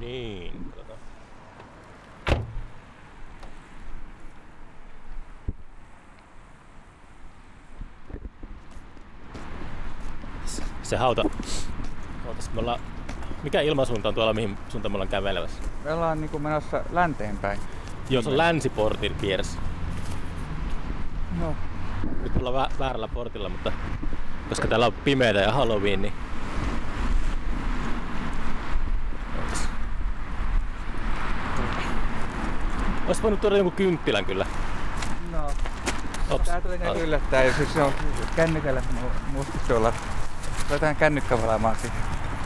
Niin, katsotaan. Se hauta. Me ollaan... Mikä ilmansuunta on tuolla, mihin suuntaan me ollaan kävelemässä? Me ollaan niinku menossa länteen päin. Joo, se on länsiportin vieressä. No. Nyt ollaan väärällä portilla, mutta koska täällä on pimeätä ja Halloween, niin... Ois voinut tuoda jonkun kynttilän kyllä. No. Ops. Tää tuli näin yllättäen ja siis se on kännykällä musta tuolla. Laitetaan kännykkä valaamaan siihen.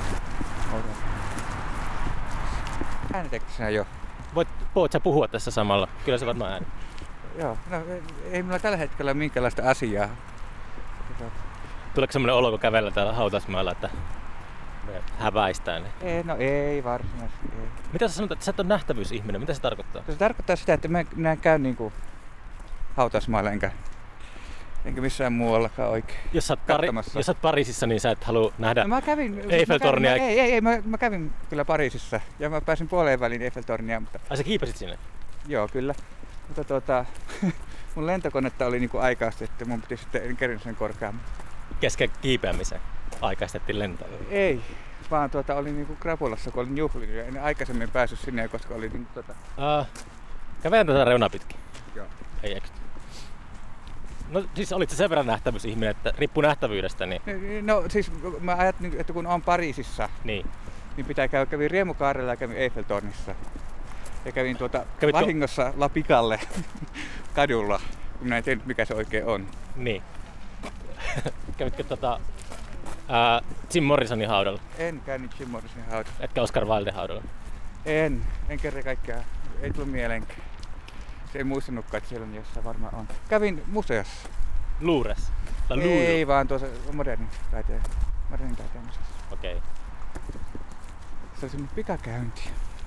Äänitääkö sinä jo? Voit sä puhua tässä samalla? Kyllä se varmaan ääni. Joo, no ei minulla tällä hetkellä minkäänlaista asiaa. Tuleeko semmonen olo, kun kävellä täällä Hautasmaalla, että me häväistään? Ei, no ei varsinaisesti. Ei. Mitä sä sanot, että sä et ole nähtävyysihminen? Mitä se tarkoittaa? Se tarkoittaa sitä, että minä käyn niinku Hautasmaalla enkä missään muuallakaan oikein. Jos sä oot Pariisissa, niin sä et halua nähdä no, mä kävin, Eiffeltornia. Mä kävin kyllä Pariisissa ja mä pääsin puoleen väliin Eiffeltornia. Mutta... Ai sä kiipesit sinne? Joo, kyllä. Mutta mun lentokonetta oli niinku aikaistettu, mun piti sitten kerin sen korkeammin. Kesken kiipeämisen aikaistettiin lentoa? Ei, vaan olin niinku krapulassa, kun olin juhlinut ja en aikaisemmin päässyt sinne, koska oli niinku kävelen tätä reunaa pitkin? Joo. Ei eikö? No siis olit sä sen verran nähtävyysihminen, että riippuu nähtävyydestä, niin... No siis mä ajattelin, että kun on Pariisissa, niin pitää kävin Riemukaarella ja kävin Eiffeltornissa. Ja kävin vahingossa La Picalle kadulla, kun mä en tiedä mikä se oikein on. Niin. Kävitkö Jim Morrisonin haudalla? En käynyt Jim Morrisonin haudalla. Etkä Oscar Wilden haudalla? En kerran kaikkea. Ei tullut mieleenkään. Se ei muistanutkaan, että siellä on jossain varmaan on. Kävin museossa. Louvres? Ei vaan tuossa modernin taiteen museossa. Okei. Se oli semmoinen pikakäynti.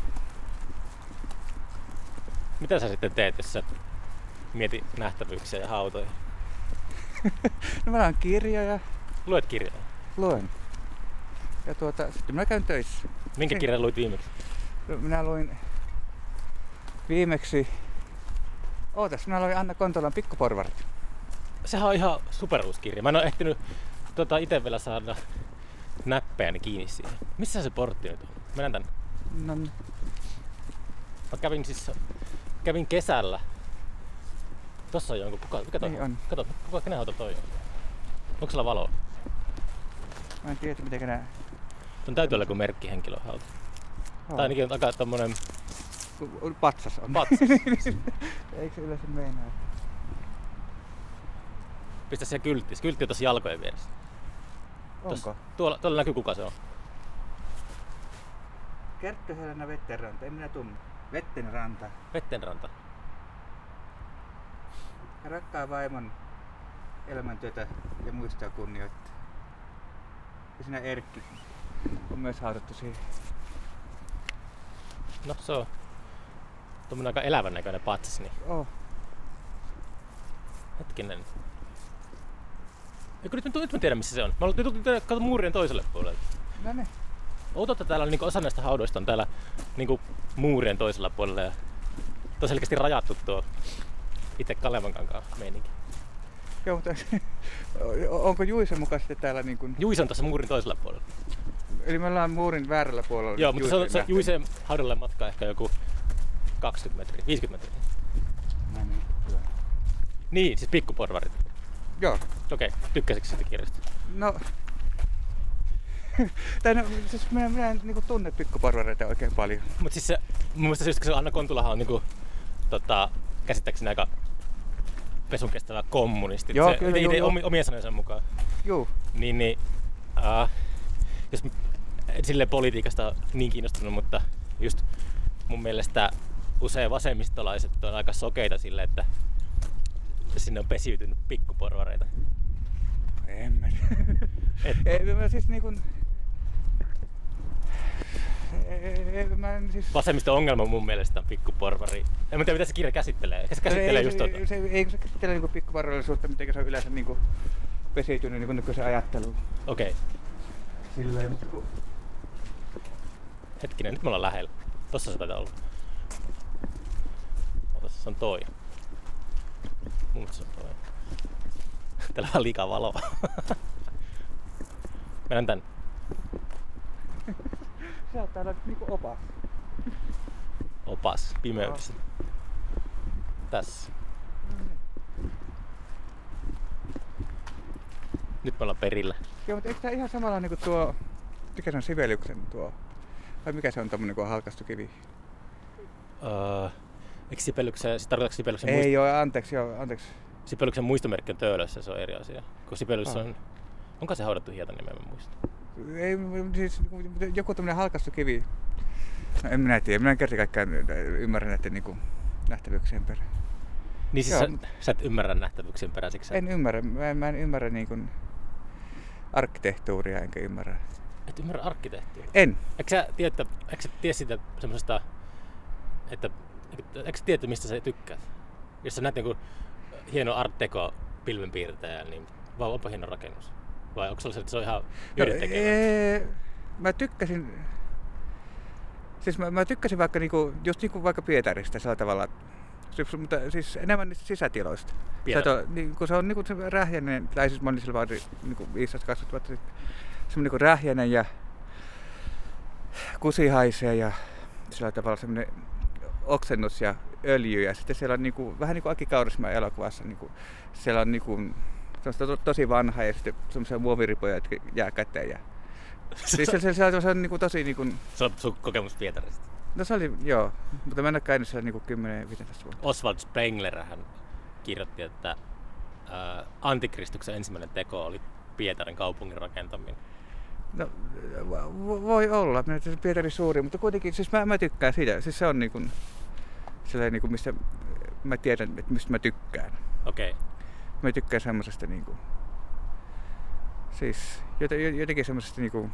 Mitä sä sitten teet, jos sä mieti nähtävyyksiä ja hautoja? No mä luen kirjoja. Luet kirjoja? Luen. Ja sitten mä käyn töissä. Minkä kirjan luit viimeksi? No, minä luin viimeksi... minä luin Anna Kontolan Pikkuporvarit. Sehän on ihan superuusi kirja. Mä en oo ehtinyt ite vielä saada näppejäni kiinni siihen. Missä se portti nyt on? Mennään tänne. No. Mä kävin kesällä. Tossa on jonkun. Mikä toi niin on? Kato, kenen auto toi on? Onko sulla valoa? Mä en tiedä miten nää... On täytyy olla joku merkkihenkilön auto. Tai ainakin on takaa tommonen... Patsas on. Patsas. Eikö se yleensä meinaa? Pistä siihen kyltti. Se kyltti on tossa jalkojen vieressä. Onko? Tuolla näkyy kuka se on. Kerttu Helena Vettenranta, en minä tunne. Vettenranta. Vettenranta. Rakkaan vaimon elämäntyötä ja muistaa kunnioittaa. Ja sinä Erkki on myös haudattu siihen. No se on tommonen aika elävän näköinen patsas, niin... Oh. Hetkinen. Eikö nyt mä tiedän missä se on. Mä tulin kato muurien toiselle puolelle. No niin. Outoa, että täällä on niinku osa näistä haudoista on täällä niinku muurien toisella puolella ja on selkeästi rajattu tuo itse Kalevankankaan meininki. Joo, mutta onko Juisen mukaan sitten täällä niin kuin... Juise on tuossa muurin toisella puolella. Eli me ollaan muurin väärällä puolella. Joo, mutta se Juiseen haudalle matka ehkä joku 20 metriä, 50 metriä. No niin, hyvä. Niin, siis Pikkuporvarit. Joo. Okei, tykkäsitkö siitä kirjasta? No... siis minä en niinku tunne Pikkuporvareita oikein paljon. Mut siis se, mun mielestä just se Anna Kontulahan on niinku, käsittääkseni aika pesun kestävä kommunisti. Joo, se, kyllä, omien sanojensa mukaan. Joo. Jos silleen politiikasta on niin kiinnostunut, mutta just mun mielestä usein vasemmistolaiset on aika sokeita sille, että sinne on pesiytynyt pikkuporvareita. En mä siis niinku... Vasemmiston ongelma mun mielestä on pikkuporvari. En mä tiedä mitä se kirja käsittelee. Se käsittelee just tuota. Eikö se käsittele niinku pikkuporvarillisuutta, miten se on yleensä niinku pesiytynyt niinku nykyisen ajatteluun. Okei. Silleen, mutta Hetkinen, nyt me ollaan lähellä. Tossa se taitaa olla. Otas, se on toi. Mun mielestä se on toi. Täällä on liikaa valoa. Mennään tän. Sä oot täällä niinku opas. Opas pimeydessä. Tässä. Nyt me ollaan perillä. Joo, mutta eikö tää ihan samalla niinku tuo... Mikä se on Sibeliuksen tuo? Vai mikä se on tommonen kuin halkaistu kivi? Eikö Sibeliuksen, tarkoitatko Sibeliuksen Ei joo, anteeksi. Sibeliuksen muistomerkki on Töölössä, se on eri asia. Kun Sibelius on... Onko se haudattu Hietaniemen, mä muista? Ei, siis joku tämmönen halkaistu kivi. No, en minä tiedä, minä en kerta kaikkiaan ymmärrä näiden niinku nähtävyyksien perään. Niin siis sä et ymmärrä nähtävyyksien perään siksi? En ymmärrä, mä en ymmärrä niinku arkkitehtuuria enkä ymmärrä. Et ymmärrä arkkitehtuuria? En. Eikö sä tiedä siitä semmosesta, että eikö sä tiedä, mistä sä tykkäät? Jos sä näet niinku hieno art deco pilvenpiirtäjä, niin vaan onpa hieno rakennus? Vai onko se on ihan yhdentekevä? Mä tykkäsin... Siis mä tykkäsin vaikka niinku, just niinku vaikka Pietarista sillä tavalla, mutta siis enemmän niistä sisätiloista. Kun se on niinku se rähjäinen, tai siis mä olin sillä vaan niinku 15-20 vuotta sitten, semmonen niinku rähjäinen ja kusi haisee ja sillä tavalla semmonen oksennus ja öljy ja sitten siellä on niinku, vähän niinku Aki Kaurismäen elokuvassa, niinku, siellä on niinku tosi vanha ja sitten semmoisia muoviripoja, jotka jää käteen. Ja... siis se on niinku tosi niinku... Se on sun kokemus Pietarista? No se oli, joo, mutta mä en ole käynyt siellä niinku 10-15 vuotta. Oswald Spengler hän kirjoitti, että Antikristuksen ensimmäinen teko oli Pietarin kaupungin rakentaminen. No voi olla, Pietari suuri, mutta kuitenkin siis mä tykkään siitä. Siis se on niinku sellainen niinku mistä mä tiedän, että mistä mä tykkään. Okei. Mä tykkään semmosesta niinku siis jotenkin semmosesta niinku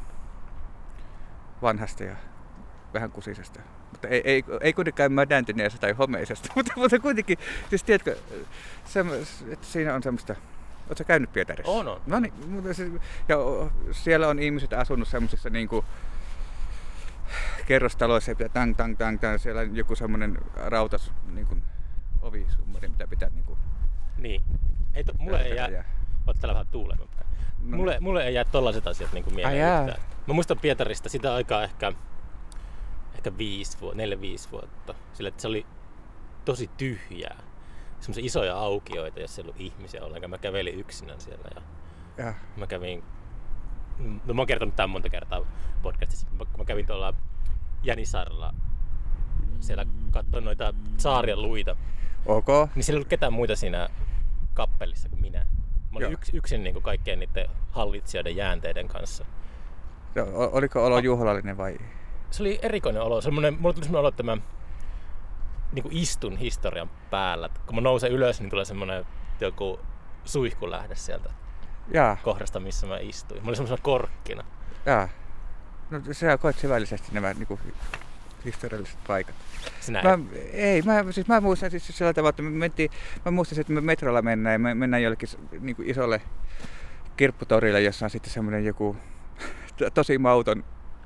vanhasta ja vähän kusisesta. Mutta ei kuitenkaan mädäntyneestä tai homeisesta, mutta kuitenkin, siis tiedätkö, että siinä on semmoista. Ootko sä käynyt Pietarissa? On. No niin, ja siellä on ihmiset asunut semmosissa niinku kerrostaloissa ja tang, siellä on joku semmonen rautas niinku ovisummari, mitä pitää niinku... Niin. Mulle ei jää... Oot täällä vähän tuuleen. No. Mulle ei jää tollaiset asiat niinku mieleen yhtään. Mä muistan Pietarista sitä aikaa ehkä 4-5 vuotta. Sillä että se oli tosi tyhjää. Semmoisia isoja aukioita, jos ei ollut ihmisiä ollenkaan. Mä kävelin yksinään siellä ja mä kävin... No mä oon kertonut tämän monta kertaa podcastissa. Mä kävin tuolla Jänisaarella. Siellä katsoin noita saarien luita. Okay. Niin siellä ei ollut ketään muita siinä kappelissa kuin minä. Mä olin yksin niin kuin kaikkien niiden hallitsijoiden jäänteiden kanssa. Oliko olo juhlallinen vai? Se oli erikoinen olo. Mulla tuli semmoinen olo, että mä niin kuin istun historian päällä. Kun mä nousen ylös, niin tulee semmoinen joku suihkulähde sieltä kohdasta, missä mä istuin. Mä olin semmoisena korkkina. Jaa. No sä koet syvällisesti nämä niin kuin historialliset paikat. Mä muistan siis sillä tavalla, että mä muistan, että me metrolla mennään ja me mennään jollekin niin kuin isolle kirpputorille, jossa on sitten semmoinen joku tosi mauton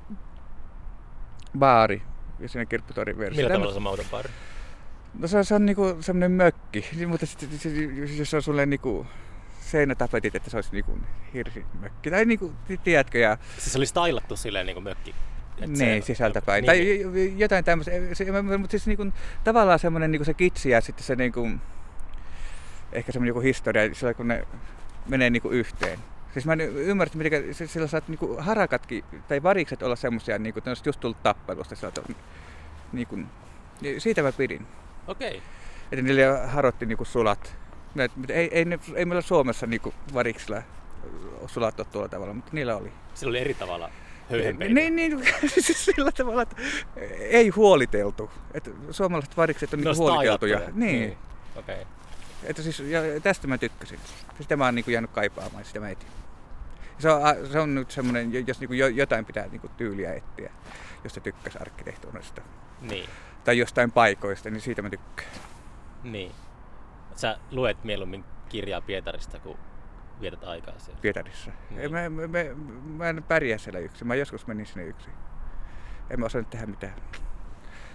baari. Ja siinä kirpputorin vieressä. Millä tavalla se mauton baari? No se on niinku semmoinen mökki, mutta jos on sulle niinku seinätapetit, että se olisi niinku hirsimökki. Tai niinku, tiedätkö? Ja... Siis se oli stylattu silleen niinku mökki? Niin, sisältäpäin. Tai jotain tämmöistä. Mutta siis niinku, tavallaan semmoinen niinku se kitsi ja sitten se niinku, ehkä semmoinen joku historia, sillä kun ne menee niinku yhteen. Siis mä en ymmärrä, miten sillä saat niinku harakatkin tai varikset olla semmosia, niinku, että ne olisi just tullut tappelusta. Niinku, siitä mä pidin. Okei. Että niille harotti niinku sulat. Ei meillä Suomessa niinku variksilla sulat ole tuolla tavalla, mutta niillä oli. Sillä oli eri tavalla höyhenpeitä. Niin, siis sillä tavalla, että ei huoliteltu. Että suomalaiset varikset on niinku huoliteltuja. Niin. Okei. Että siis, ja tästä mä tykkäsin. Sitä mä oon niinku jäänyt kaipaamaan, sitä mä etin. Se on nyt semmoinen, jos niinku jotain pitää niinku tyyliä etsiä, jos sä tykkäs arkkitehtuurista. Niin. Tai jostain paikoista, niin siitä mä tykkään. Niin. Sä luet mieluummin kirjaa Pietarista, kun vietät aikaa siellä? Pietarissa. Niin. Mä en pärjää siellä yksin. Mä joskus menin sinne yksin. En mä osannut tehdä mitään.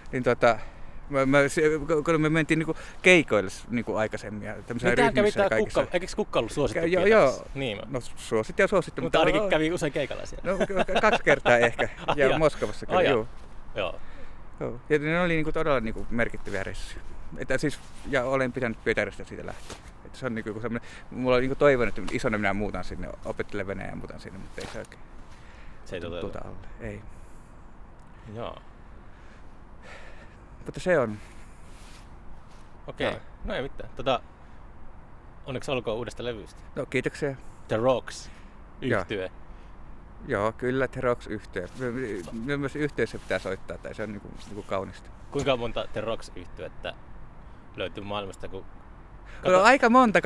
Niin kun me mentiin niinku keikoille niinku aikaisemmin ja tämmöisiä ryhmissä ja kaikissa. Eikö Kukka ollut suosittu? Joo. Niin. No suosittu. Mutta ainakin kävi usein keikalla siellä. No 2 kertaa ehkä. Ja Moskovassakin, joo. Joo. Ja ne oli niinku todella niinku merkittäviä reissuja. Ja olen pitänyt Pietarista siitä lähteä. Että se on niinku semmoinen, mulla oli niinku toivon, että isona minä muutan sinne, opettelen venäjää ja muutan sinne, mutta ei se oikein. Se ei toteudu. Ei. Joo. Mutta se on. Okei. No ei mitään. Onneksi olkoon uudesta levystä. No kiitoksia. The Rocks -yhtye. Joo, kyllä The Rocks -yhtye. Myös yhteisö pitää soittaa, tai se on niinku kaunista. Kuinka monta The Rocks -yhtyettä löytyy maailmasta? No, aika monta,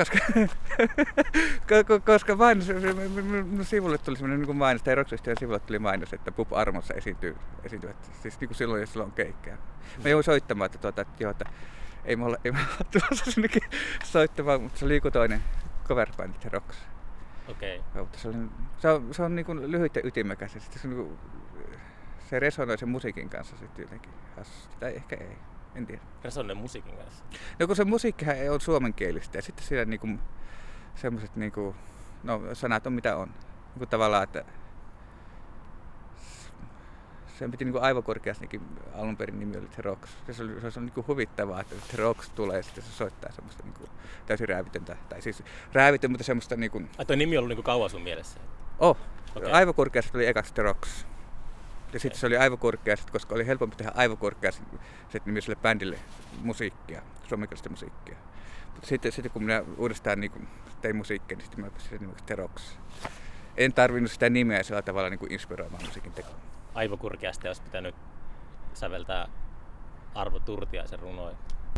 koska sivulle tuli semmoinen niin mainos, tai Rock-yhtiön sivulle tuli mainos, että Pup Armossa esiintyvät, siis niin kuin silloin, jos silloin on keikkaa. Mä jouduin soittamaan, että ei me olla tulossa sinnekin soittamaan, mutta se oli joku toinen cover-bändi, The Rocks. Okei. Se on niin kuin lyhyt ja ytimekäs, se resonoi sen musiikin kanssa sitten jotenkin hassusti, tai ehkä ei. En tiedä. Resonoi musiikin kanssa? No kun se musiikkihan on suomenkielistä ja sitten siinä niinku semmoiset sanat on mitä on. Niinku tavallaan, että sen piti niinku aivokorkeastikin alun perin nimi oli The Rocks. Se on niinku huvittavaa, että The Rocks tulee ja sitten se soittaa semmoista niinku täysin räävitöntä. Tai siis räävitön, mutta semmoista niinku. Toi nimi on ollut niinku kauan sun mielessä? Okay. Aivokorkeasti oli ekaksi The Rocks. Ja sitten se oli aivokorkeaset, koska oli helpompi tehdä aivokorkeaset nimiselle bändille musiikkia, suomenkielistä musiikkia. Mutta sitten kun minä uudestaan tein musiikkia, niin sitten mä pistin nimeksi The Rocks. En tarvinnut sitä nimeä sillä tavalla inspiroimaan musiikin tekoa. Aivokurkeasti olisi pitänyt säveltää Arvo Turtiaisen runoja.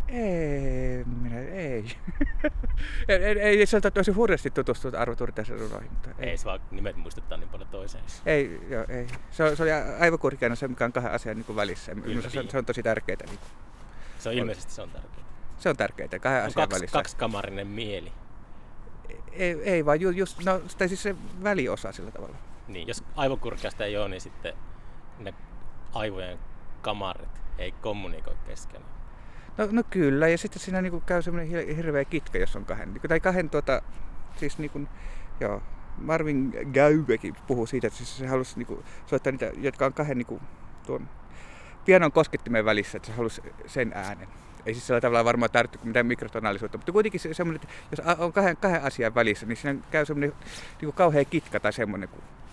Ei sieltä olisi hurjasti tutustunut Arvo Turtiaisen runoihin. Mutta ei se vaan nimet muistuttaa niin paljon toiseen. Ei. Se oli aivokurkeana se, mikä on 2 asian välissä. Se on tosi tärkeää. Se on ilmeisesti se on tärkeää. Se on tärkeää, 2 asian välissä. Kaksikamarinen mieli. Ei vaan tai siis se väliosa sillä tavalla. Niin, jos aivokurkeasta ei ole, niin sitten ne aivojen kamarit ei kommunikoi keskenään. No kyllä, ja sitten siinä käy semmoinen hirveä kitkä, jos on 2. Tai 2 siis Marvin Gayekin puhuu siitä, että siis se halusi soittaa niitä, jotka on 2 tuon pianon koskettimen välissä, että se halusi sen äänen. Ei siis sillä tavalla varmaan tarvitse mitään mikrotonaalisuutta, mutta kuitenkin semmoinen, että jos on 2 asian välissä, niin siinä käy semmoinen kauhea kitka tai semmoinen.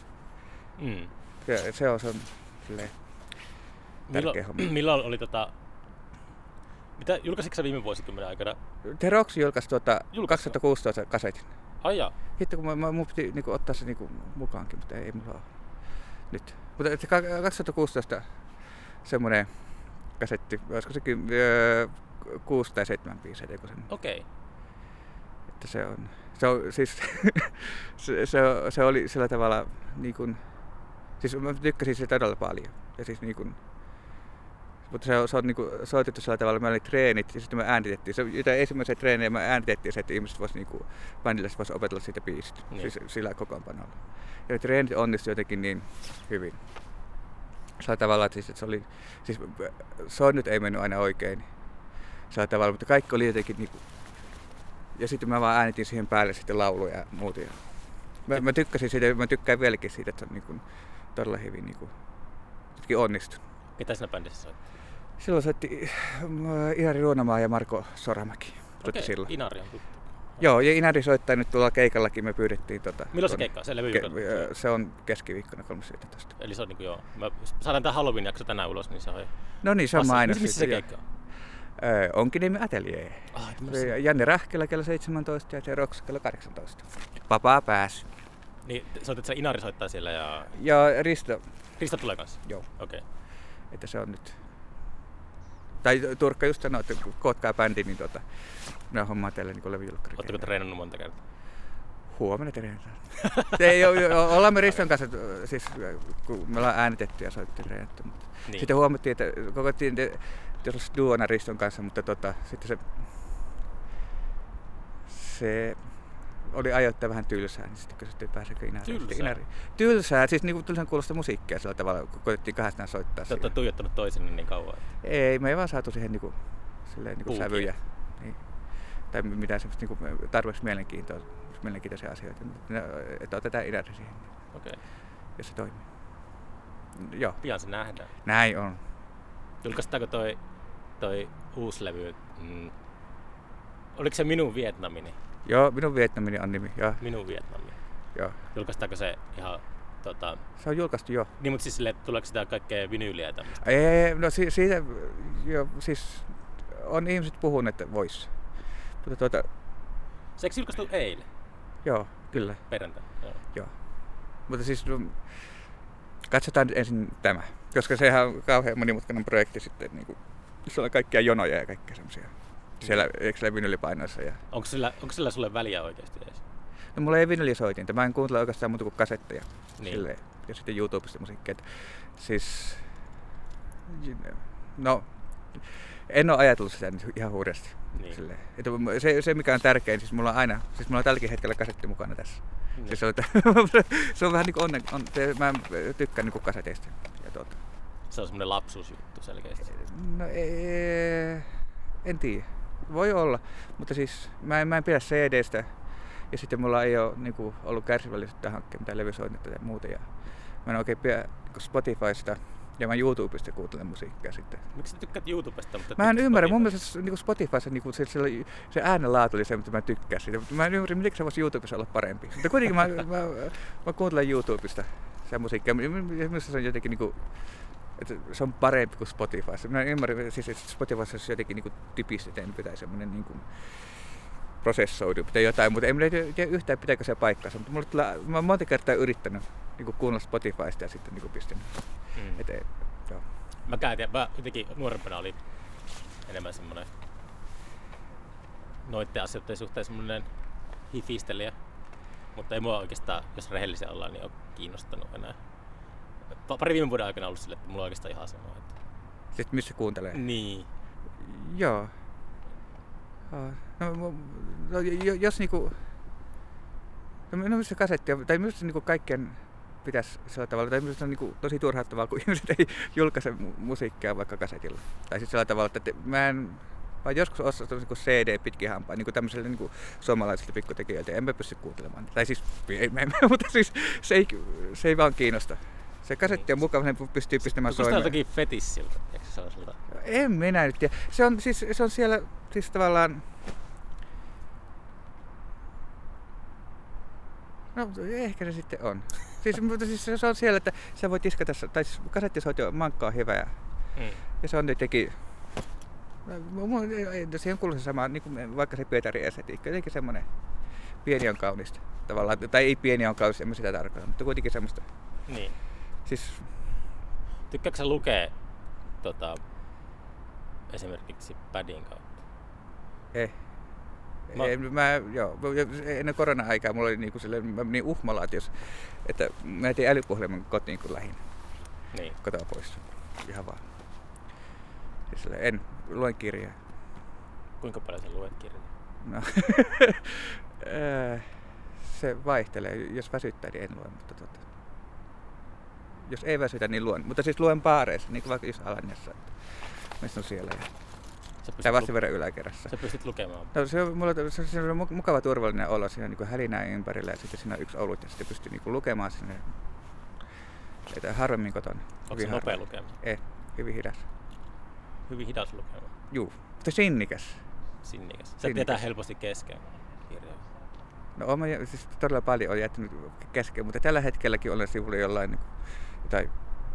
Se on tärkeä homma. Milloin oli mitä julkaisitko sä viime vuosikymmenen aikana? The Rocks julkaisi 2016 kasetin. Ai jaa. Hitto kun mun piti ottaa se mukaankin, mutta ei mulla ole nyt. Mutta 2016 semmoinen kasetti, olisiko se 6 tai 7 biisiä, eikö semmoinen? Okei. Että se on siis se oli sillä tavalla siis mä tykkäsin sitä todella paljon. Ja siis mutta se on soitettu sillä tavalla, meillä oli treenit ja sitten me äänitettiin. Se ensimmäisiä treenejä me äänitettiin se, että ihmiset bändillä voisi opetella siitä biisistä, siis sillä kokoonpanolla. Ja treenit onnistui jotenkin niin hyvin. Sillä tavalla, että se oli, siis soinnut ei mennyt aina oikein sillä tavalla, mutta kaikki oli jotenkin ja sitten mä vaan äänitin siihen päälle sitten lauluja ja muuta. Mä tykkäsin siitä, mä tykkään vieläkin siitä, että se on todella hyvin jotenkin onnistunut. Ketä siinä bändissä soitti? Silloin soitti Inari Ruonamaa ja Marko Soramäki. Okei, Inari on tuttu. Joo, ja Inari soittaa nyt tuolla keikallakin, me pyydettiin Milloin se keikka? Se levy se on keskiviikkona 3.11. Eli se on joo. Jos saadaan tää Halloween-jakso tänään ulos, niin se on jo. No niin, se on mainos. Missä se keikka on? Onkiniemi Atelier. Janne Rähkälä kello 17 ja The Rocks kello 18. Vapaa pääsy. Niin, soitat sä Inari soittaa siellä ja... Ja Risto. Risto tulee kanssa? Joo. Okei. Että se on nyt. Tai Turkka just sanoi, että kun kootkaa bändi, niin minä hommaan teille levyjulkkari. Oletteko treenannut monta kertaa? Huomenna treenataan. Ollaan me Riston kanssa, siis kun me ollaan äänitetty ja soittiin treenattu. Niin. Sitten huomattiin, että kokoittiin jos duona Riston kanssa, mutta sitten se oli ajoittain vähän tylsää, niin sitten kysyttiin, pääseekö Inariin. Tylsää? Siis niinku tylsän kuulosta musiikkia sillä tavalla, kun koettiin kahdestaan soittaa. Te olette tuijottanut toisenne niin kauan? Ei, me ei vaan saatu siihen niinku sävyjä. Niin. Tai mitään semmoista niinku tarpeeksi mielenkiintoisia asioita. Että otetaan Inari siihen, jos se toimii. Joo. Pian se nähdään. Näin on. Julkaistaanko toi uusi levy? Oliko se Minun Vietnamini? Joo, Minun Vietnamini on nimi. Joo. Minun Vietnami. Joo. Julkaistaanko se ihan... Se on julkaistu jo. Niin, mutta siis silleen, tuleeko sitä kaikkea vinyyliä ja tämmöistä? Ei, no siitä... Jo, siis on ihmiset puhuneet, että vois. Mutta se eikö julkaistu eilen? Joo, kyllä. Perjantai? Joo. Mutta siis... Katsotaan nyt ensin tämä. Koska sehän on kauhean monimutkainen projekti sitten. Niin se on kaikkia jonoja ja kaikkea semmosia. Siellä vinyylipainoissa. Ja... Onko sillä sulle väliä oikeasti edes? No mulla ei vinylisoitinta. Mä en kuuntele oikeastaan muuta kuin kasetteja. Niin. Silleen. Ja sitten YouTubesta musiikkia. Siis... No... En ole ajatellut sitä ihan uudesti. Niin. Se mikä on tärkein, siis mulla on aina... Siis mulla on tälläkin hetkellä kasetti mukana tässä. Niin. Siis se on vähän niinku mä tykkään niinku kaseteista. Ja se on semmonen lapsuusjuttu selkeästi. No en tiedä. Voi olla, mutta siis mä en pidä CDstä ja sitten mulla ei ole niinku ollut kärsivällisyyttä hankkia mitään levysoinnetta tai muuta. Ja mä en oikein pidä Spotifysta ja mä YouTubesta kuuntelen musiikkia sitten. Miksi sä tykkäät YouTubesta? Mutta mä en ymmärrä, mun mielestä niinku Spotifyssa niinku se äänenlaatu oli se, mitä mä tykkään siitä. Mä en ymmärrä, miten se voisi YouTubessa olla parempi. Mutta kuitenkin mä kuuntelen YouTubesta se musiikkia. Minusta se on jotenkin niinku... Että se on parempi kuin Spotifyssa. Mä ymmärrän, siis, että Spotifyssa se jotenkin niinku typistetempi tai semmoinen niinku prosessoidu tai jotain, mutta ei minä tiedä yhtään pitääkö se paikkansa. Mutta mä oon monta kertaa yrittänyt niinku kuunnella Spotifysta ja sitten niinku pistänyt. Joo. Mä jotenkin nuorempana oli enemmän semmoinen noitten asioiden suhteen semmoinen hifistelijä, mutta ei mua oikeastaan, jos rehellisiä ollaan, niin ole kiinnostanut enää. Pari viime vuoden aikana ollut sille, että mulla on oikeastaan ihan sama. Että... Sitten missä kuuntelee? Niin. Joo. No, jos niinku... No missä kasettia, tai minusta niinku kaikkien pitäisi sillä tavalla, tai minusta on niinku tosi turhauttavaa, kun ihmiset ei julkaise musiikkia vaikka kasetilla. Tai siis sillä tavalla, että mä en... Vaan joskus ostaa niinku CD pitkihampaa, niinku tämmöiselle niinku suomalaisilta pikkutekijöiltä, enpä pysty kuuntelemaan. Tai siis, mutta siis se ei vaan kiinnosta. Se kasetti on mukava, sen pystyy pistämään soimaan. Onko sitä jotakin fetissiltä? Eikö se ole sulta? En minä nyt tiedä. Se on siellä siis tavallaan... No ehkä se sitten on. Mutta siis se on siellä, että sä voit tiskata, tai siis kasettisoitio mankka on hyvä ja se on jotenkin... Siihen kuuluu se sama, niin kuin vaikka se Pietari estetiikka, jotenkin semmoinen pieni on kaunista tavallaan, tai ei pieni on kaunista, en mä sitä tarkoita, mutta kuitenkin semmoista. Niin. Siis... Tykkääkö sä lukea esimerkiksi padin kautta? Ei. Ennen korona-aikaa mulla oli niinku niin uhmalaatios, että mä jätin älypuhelimen kotiin kun lähdin kotoa pois. Ihan vaan. En luen kirjaa. Kuinka paljon sä luet kirjaa? No, se vaihtelee. Jos väsyttää, niin en lue, mutta jos ei väsytä, niin luen. Mutta siis luen baareissa, niin kuin vaikka just Alaniassa, että mistä on siellä. Tai Vastavirran yläkerrassa. Sä pystyt lukemaan? No, se on mukava turvallinen olo. Siinä on niin hälinää ympärillä ja sitten siinä on yksi olut ja sitten pystyy niin lukemaan sinne. Että harvemmin kotona. Onko se nopea lukemaan? Ei, hyvin hidas. Hyvin hidas lukemaan? Juu, mutta sinnikäs. Sinnikäs. Sä tietää helposti kesken kirjoja. No siis todella paljon on jättänyt kesken, mutta tällä hetkelläkin olen sivulla jollain jotain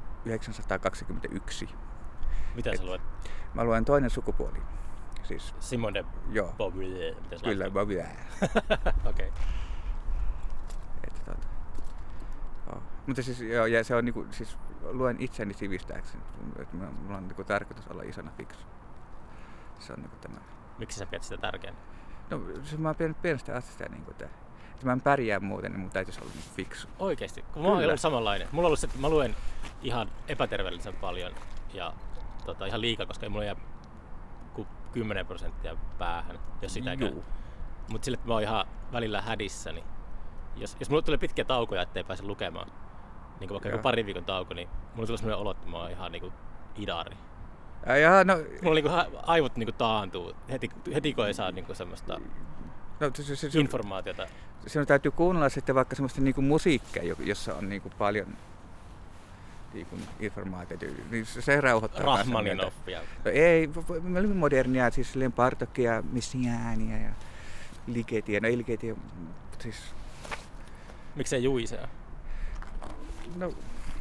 921. Mitä sä luet? Mä luen Toinen sukupuoli. Siis Simone de Beauvoir. Kyllä, Beauvoir. Okei. Mutta siis ja se on niinku siis luen itseni sivistääkseni, että mulla on niinku tarkoitus olla isona fiksu. Se on niinku tämä. Miksi sä pidät sitä tärkeänä? No mä oon pienestä asti sitä niinku että mä en pärjää muuten, niin mun täytyisi olla niinku fiksu. Oikeesti? Kun mä oon ollut samanlainen. Mulla on ollut se, että mä luen ihan epäterveellisen paljon ja ihan liikaa, koska ei mulla jää 10% päähän, jos sitäkään. Mutta sille, että mä oon ihan välillä hädissä, niin jos mulle tulee pitkiä taukoja, ettei pääse lukemaan, niin vaikka joku parin viikon tauko, niin mulla tulee sellainen olo, että mä oon ihan niinku idari. Mulla niinku aivot niinku taantuu heti kun ei saa niinku semmoista informaatiota. Sinun täytyy kuunnella sitten vaikka semmoista niinku musiikkia, jossa on niinku paljon niinku informaatiota, niin se rauhoittaa. Rahmaninoffia. No ei, me olimme modernia, siis silleen Bartokia, Messiaania ja Ligetia. No ei Ligetia, siis... Miksei Juisea? No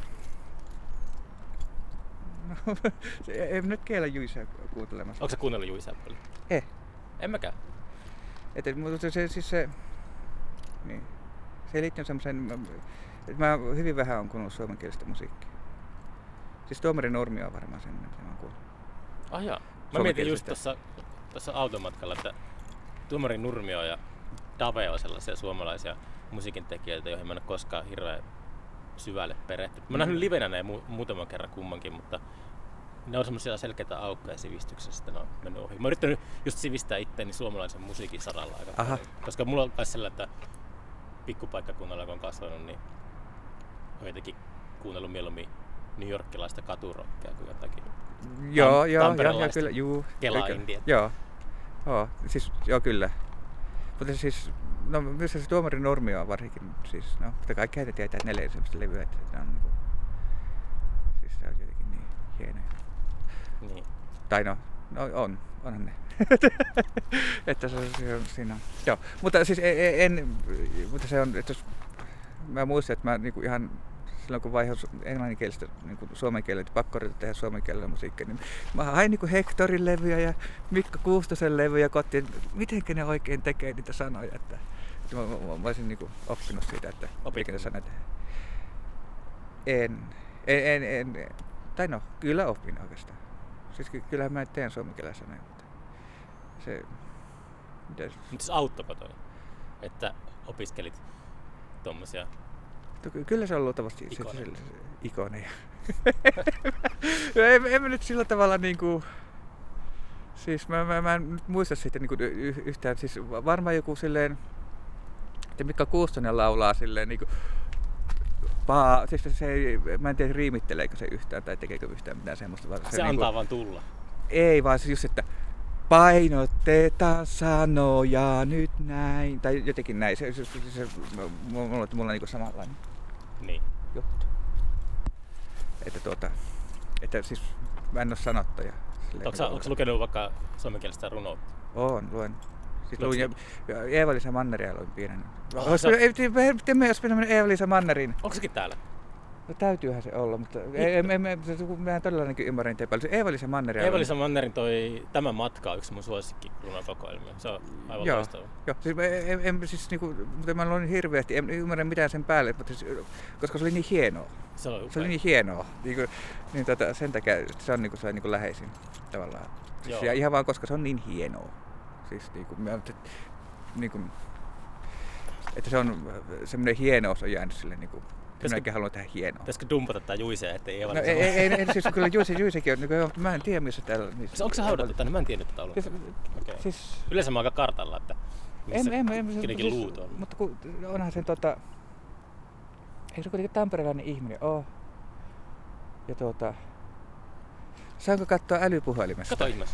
en nyt kiellä Juisea kuuntelemassa. Onko sä kuunnellut Juisea paljon? Ei. En mäkään. Mutta se liittyy semmoiseen, että mä hyvin vähän on kuunnellut suomenkielistä musiikkia. Siis Tuomari Nurmio on varmaan sen, mitä mä oon kuullut. Ah jaa. Mä mietin just tuossa automatkalla, että Tuomari Nurmio ja Dave on sellaisia suomalaisia musiikintekijöitä, joihin mä en ole koskaan hirveän syvälle perehtynyt. Mä oon nähnyt livenä ne muutaman kerran kummankin, mutta ne on semmoisia selkeitä aukkoja sivistyksestä, ne on mennyt ohi. Mä oon yrittänyt just sivistää itteeni suomalaisen musiikin saralla aika paljon. Koska mulla on myös sellainen, että pikkupaikkakunnalla kun on kasvanut, niin on jotenkin kuunnellut mieluummin newyorkilaista katurokkia kuin jotakin tamperelaista Kela-indiet. Joo, kyllä. Mutta siis, no myös se Tuomari Nurmio on varsinkin, siis, no, mutta kaikki heitä tietää, että ne ei semmoista levyä, että ne on niinku, siis se on jotenkin niin hienoja. Niin. Tai onhan ne. Että se on siinä. Joo, mutta siis mutta se on, että jos mä muistan, että mä niinku ihan silloin kun vaihdin englanninkielistä niinku suomen kielelle, pakko yrittää tehdä suomen kielellä musiikkia, niin mä hain niinku Hectorin levyjä ja Mikko Kuustosen levyjä kotiin, mitenkä ne oikein tekee niitä sanoja, että mä olisin niinku oppinut siitä, että miten ne sanat. Kyllä opin oikeastaan. Siis kyllähän mä teen suomenkielellä sanoja, mutta se... Mutta siis auttoiko toi, että opiskelit tommosia? Kyllä se on luultavasti ikoneja. En mä nyt sillä tavalla niinku... Siis mä en nyt muista siitä niinku yhtään, siis varmaan joku silleen... Että Mikko Kuustonen laulaa silleen niinku... Siis se ei, mä en tiedä riimitteleekö se yhtään tai tekeekö yhtään mitään semmoista. Se antaa niinku, vaan tulla. Ei vaan siis just, että painotetaan sanoja nyt näin. Tai jotenkin näin. Mulla on niinku samanlainen juttu. Että siis mä en oo sanottaja. Onko sä lukenut vaikka suomenkielistä runoutta? Luen. Siis luin Eeva-Liisa Manneria luin pienen. Jos mennään Eeva-Liisa Manneriin. Onko sekin täällä? No täytyyhän se olla, mutta mä en todella emmäröin niitä paljon. Eeva-Liisa Manneria. Eeva-Liisa Mannerin Tämä matka on yksi mun suosikki runokokoelmia. Se on aivan loistava. Joo, mutta mä luin hirveästi, en ymmärrä mitään sen päälle, mutta koska se oli niin hienoa. Se oli niin hienoa. Sen takia se on niinku läheisin tavallaan. Siis, ja ihan vaan koska se on niin hienoa. Siis että se on semmoinen hienous on jäänyt sille niinku. Minäkin haluan tehdä hienoa. Pitäisikö dumpata tää Juisea, ettei Eeva... No ei, siis kyllä Juisekin on, mä en tiedä missä täällä... Onko se haudattu tänne? Mä en tiennyt tätä ollut. Siis, yleensä mä oon aika kartalla, että missä kenenkin luut on. Mutta onhan sen Eikö se kuitenkin tamperelainen ihminen oo? Ja saanko katsoa älypuhelimesta? Kato ihmeessä.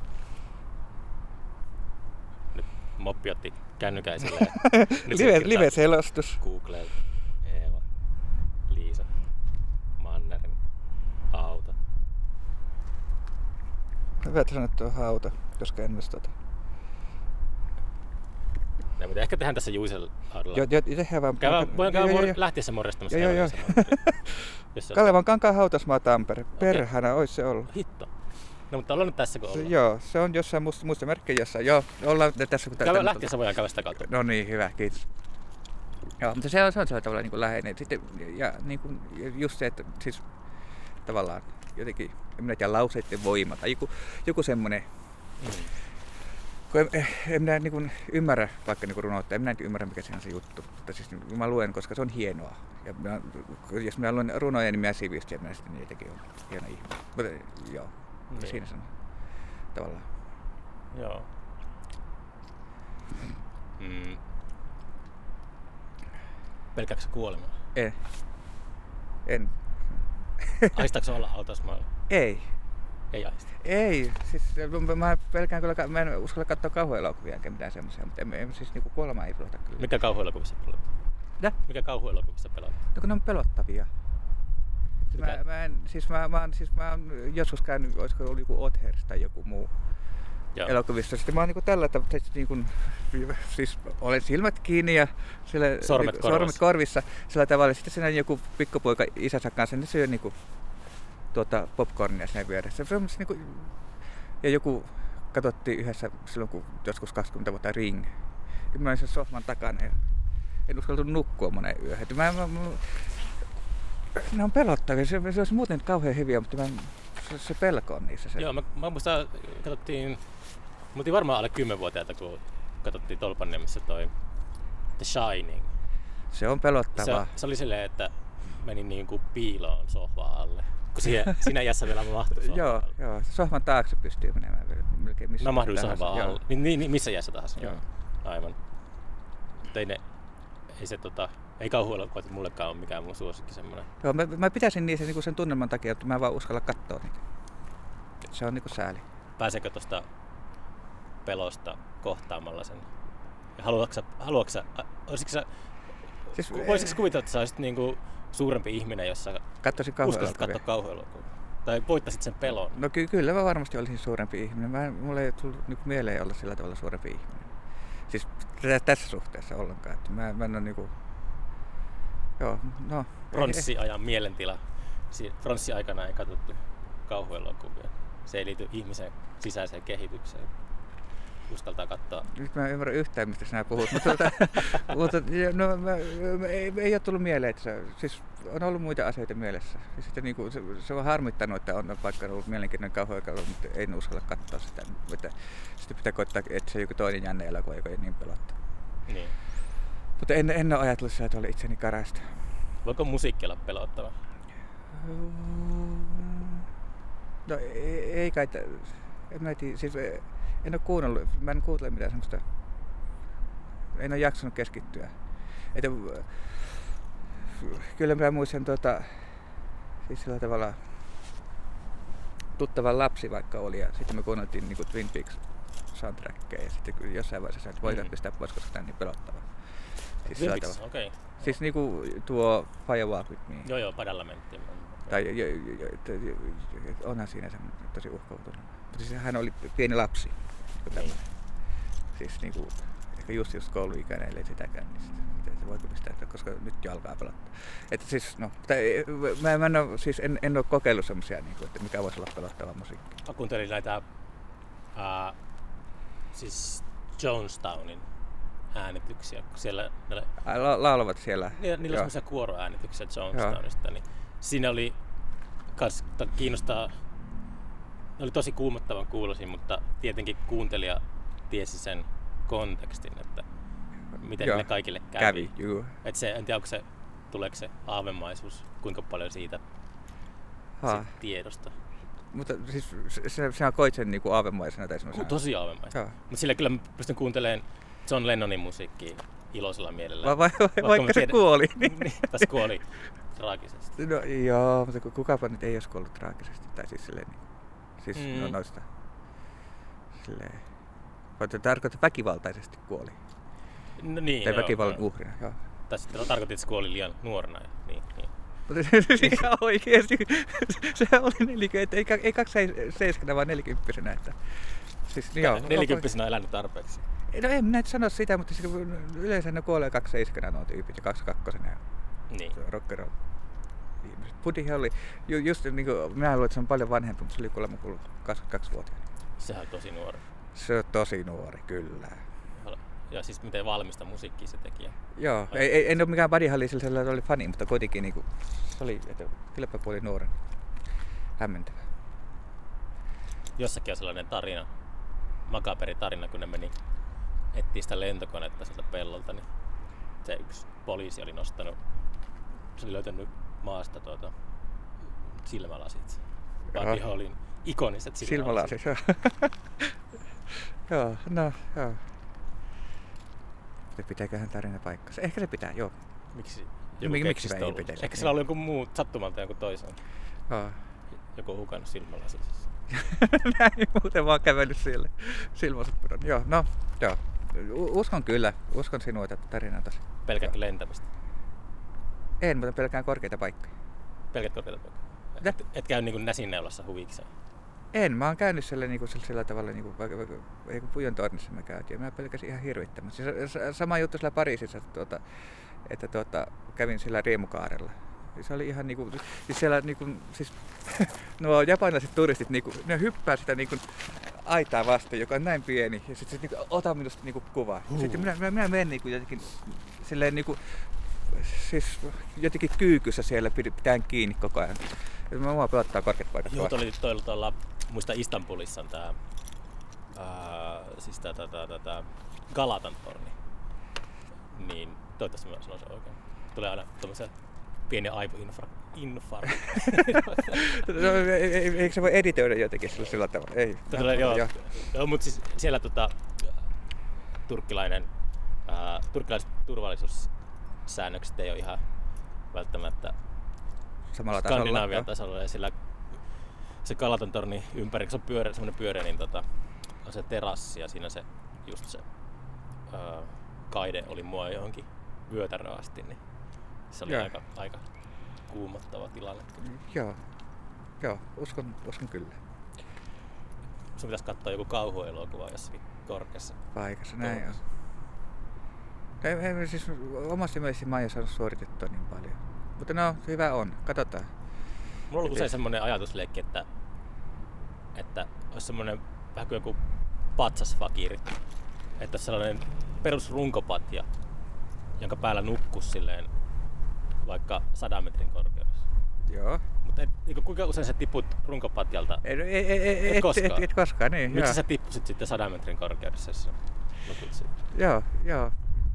Nyt Moppi otti kännykäisille. Live-selostus. Google, Eeva-Liisa Mannerin hauta. Hyvä, että sanot tuo hauta, koska en myös No, mutta ehkä tehdään tässä Juisella haudalla. Joo, tehdään vaan. Voidaan lähtiessä morjastamassa. Joo. Kalevan Kankaan hautasmaa Tampere. Perhana, ois se ollut. Hitto. No, mutta ollaan nyt tässä kun ollaan. Joo, se on jossain muista merkkejä jossain. Joo, ollaan tässä kun täällä. Lähtiessä voidaan käydä sitä kautta. No niin, hyvä, kiitos. Joo, mutta se on tavallaan niin kuin läheinen. Sitten, ja niin kuin just se, että siis tavallaan jotenkin, en minä tiedä, lauseiden voima tai joku semmoinen. En minä niin ymmärrä vaikka niin runoutta, en minä ymmärrä mikä siinä on se juttu. Mutta siis mä luen, koska se on hienoa. Ja jos minä luen runoja, niin minä sivistyn ja minä sitten jotenkin on hieno ihminen. Mutta joo, niin. Siinä se on tavallaan. Joo. Pelkääksä kuolemaa? En. Aistaako olla autosmaalla? Ei. Ei aista? Ei. Siis mä pelkään kyllä, mä en uskalla katsoa kauhuelokuvia enkä mitään semmoisia, mutta siis niinku kuolemaa ei pelota kyllä. Mikä kauhuelokuvissa pelottaa? Mitä? Mikä kauhuelokuvissa pelottaa? No kun ne on pelottavia. Mä oon joskus käynyt, olisiko ollut joku Others tai joku muu elokuvissa. Sitten mä oon niinku tällä tavalla, siis olen silmät kiinni ja sormet korvissa sillä tavalla. Sitten siinä on joku pikkupoika isänsä kanssa, ne syö niinku popcornia siinä vieressä. Niinku, ja joku katsottiin yhdessä silloin, kun joskus 20 vuotta Ring. Ja mä olin sen sohvan takana ja en uskaltanut nukkua moneen yöhön. Ne on pelottavia. Se olisi muuten kauhean hyviä, mutta se pelko on niissä. Joo, mä muistan, me oltiin varmaan alle 10-vuotiaita, kun katsottiin Tolpanniemessä toi The Shining. Se on pelottavaa. Se oli silleen, että menin niin kuin piiloon sohvaa alle. Kun siinä iässä vielä mahtui sohvaan alle. Joo, sohvan taakse pystyy menemään melkein missä. Mä mahduin sohvaan alle. Niin, missä iässä tahansa. Joo. Aivan. Mutta ei kauhuelokuvat mullekaan ole mikään mun suosikki semmoinen. Joo, mä pitäisin niissä niinku sen tunnelman takia, että mä en vaan uskalla katsoa niitä. Se on niinku sääli. Pääseekö tosta pelosta kohtaamalla sen? Ja voisitko kuvitella, että sä olisit niinku suurempi ihminen, jos sä uskallisit katsoa kauhuelokuvia? Tai voittaisit sen pelon? No kyllä mä varmasti olisin suurempi ihminen. Mulle ei tullut niinku mieleen olla sillä tavalla suurempi ihminen. Siis tässä suhteessa ollenkaan. Että mä en ole niinku... Joo, no... Pronssiajan mielentila. Pronssiaikana ei katsottu kauhuelokuvia. Se ei liity ihmisen sisäiseen kehitykseen. Uskaltaa katsoa. Nyt mä en ymmärrä yhtään, mistä sinä puhut, mutta ei ole tullut mieleen, että siis on ollut muita asioita mielessä. Ja sitten niinku, se on harmittanut, että on vaikka ollut mielenkiintoinen kauhuelokuva, mutta en uskalla katsoa sitä. Mutta sitten pitää koittaa, että se on joku toinen jänne elokuva, joka ei niin pelottaa. Niin. Mutta en ole ajatellut sitä, että oli itseni karasta. Voiko musiikki olla pelottava? No ei kai, en ole kuunnellut, mä en kuuntele mitään semmoista, en ole jaksanut keskittyä. Että, kyllä mä muistan siis sillä tavalla tuttavan lapsi vaikka oli ja sitten me kuunneltiin niinku Twin Peaks soundtrackia ja sitten jossain vaiheessa että voidaan pistää pois, koska tämä on niin pelottava. Siis Twin Peaks, okei. Siis niinku tuo Firewalk with Me. Joo, Padalamentti. Tai onhan siinä se tosi uhkautunut. Mutta siis hän oli pieni lapsi. Niin. Siis niinku, ehkä just kouluikäinen, ellei sitäkään, niin miten se voiko pistää, koska nyt jo alkaa pelottaa. Että siis, no, en ole kokeillut semmosia, niinku, että mikä voisi olla pelottava musiikki. Mä kuuntelin näitä siis Jonestownin äänityksiä, kun siellä laulavat siellä. Niillä on semmoisia kuoroäänityksiä Jonestownista, niin siinä oli kans kiinnostaa. Ne oli tosi kuumottavan kuuloisia, mutta tietenkin kuuntelija tiesi sen kontekstin, että miten ne kaikille kävi. Et se, en tiedä, tuleeko se aavemaisuus, kuinka paljon siitä tiedosta. Mutta siis sinä koit sen niinku aavemaisena tai semmoisena? Tosi aavemaisena. Mutta sillä kyllä pystyn kuuntelemaan John Lennonin musiikkia iloisella mielellä. Vaikka se kuoli. Niin, tässä kuoli traagisesti. No joo, mutta kukapa nyt ei olisi kuollut traagisesti. Tai siis silleen siis noista silleen, tarkoitan väkivaltaisesti kuoli. No niin, tai väkivallan uhrina, joo. Tai sitten tarkoitin, että se kuoli liian nuorena. Niin. Mutta ihan oikeesti, se oli 40, ei 27 vaan 40-vuotiaana. Että, siis, joo, 40-vuotiaana on elänyt tarpeeksi. No en minä sano sitä, mutta siis, yleensä ne kuolee 27 nuo tyypit ja 22 niin. Rock'n'roll ihmiset. Buddy oli just niin kuin, minä luulen, että se on paljon vanhempi, mutta se oli kuulemma kuullut 22-vuotiaana. Sehän on tosi nuori. Se on tosi nuori, kyllä. Ja siis miten valmista musiikkia se teki. Joo, en ole mikään Buddy Holly, sillä oli fani, mutta kuitenkin niin se oli, että kylläpä puoli nuoren. Hämmentävä. Jossakin on sellainen tarina, makaperi tarina, kun ne meni etsiä sitä lentokonetta sieltä pellolta, niin se yksi poliisi oli nostanut, se oli löytänyt maasta silmälasit. Buddy Hollyn ikoniset silmälasit. Joo, no joo. Pitääköhän tarina paikkansa? Ehkä se pitää, joo. Miksi? Miksi se ei pitäisi? Ehkä sillä oli joku muu sattumalta jonkun toisen. Oh. Joku on hukannut silmälasissa. Näin muuten vaan kävellyt siellä silmälasit pudon. Joo, no joo. Uskon kyllä. Uskon sinua, että tarina on tosi. Pelkäätkö lentämistä? En, mutta pelkään korkeita paikkoja. Pelkät korkeita paikkoja? Et käy niin näsinneulassa huvikseen? En, mä oon käynyt siellä niinku sillä tavalla, niinku, vaikka Pujon tornissa mä käytiin, ja mä pelkäsin ihan hirvittämästi. Sama juttu siellä Pariisissa, että kävin sillä riemukaarella. Se oli ihan niinku, siis siellä niinku, siis nuo japanilaiset turistit, niinku, ne hyppää sitä niinku aitaa vasten, joka on näin pieni, ja sitten se niinku, ota minusta niinku kuvaa. Sitten minä menen niinku jotenkin silleen niinku, siis jotenkin kyykyssä siellä pitään kiinni koko ajan. Mua pelottaa korkeat paikat. Joo, tuolla muista Istanbulissa on tää Galatan torni. Niin toivottavasti mä sanon sen oikein. Tulee aina tommosia pieniä aivoinfarkti. Eikö se voi editoida jotenkin sillä tavalla? Ei. Joo, mutta siis siellä turkkilaiset turvallisuussäännökset ei ole ihan välttämättä samalla Skandinavian tasolla. Ja sillä se Galatan torni ympäri, se on semmoinen pyöreä, niin on se terassi ja siinä se just se kaide oli mua johonkin vyötäröön asti, niin se oli aika kuumottava tilanne. Joo, uskon kyllä. Sun pitäisi katsoa joku kauhuelokuva jossakin korkeassa paikassa, näin on. Ei, siis omassa mielessä mä en saanut suoritettua niin paljon. Mutta no, hyvä on. Katsotaan. Mulla on ollut usein semmoinen ajatusleikki, että olisi semmoinen vähän kuin joku patsasfakiri. Että olisi sellainen perusrunkopatja, jonka päällä nukkuisi silleen vaikka 100 metrin korkeudessa. Joo. Mutta kuinka usein sä tiput runkopatjalta? Et koskaan. Et koskaan, niin. Miksi sä tippusit sitten 100 metrin korkeudessa, jos nukut siitä? Joo.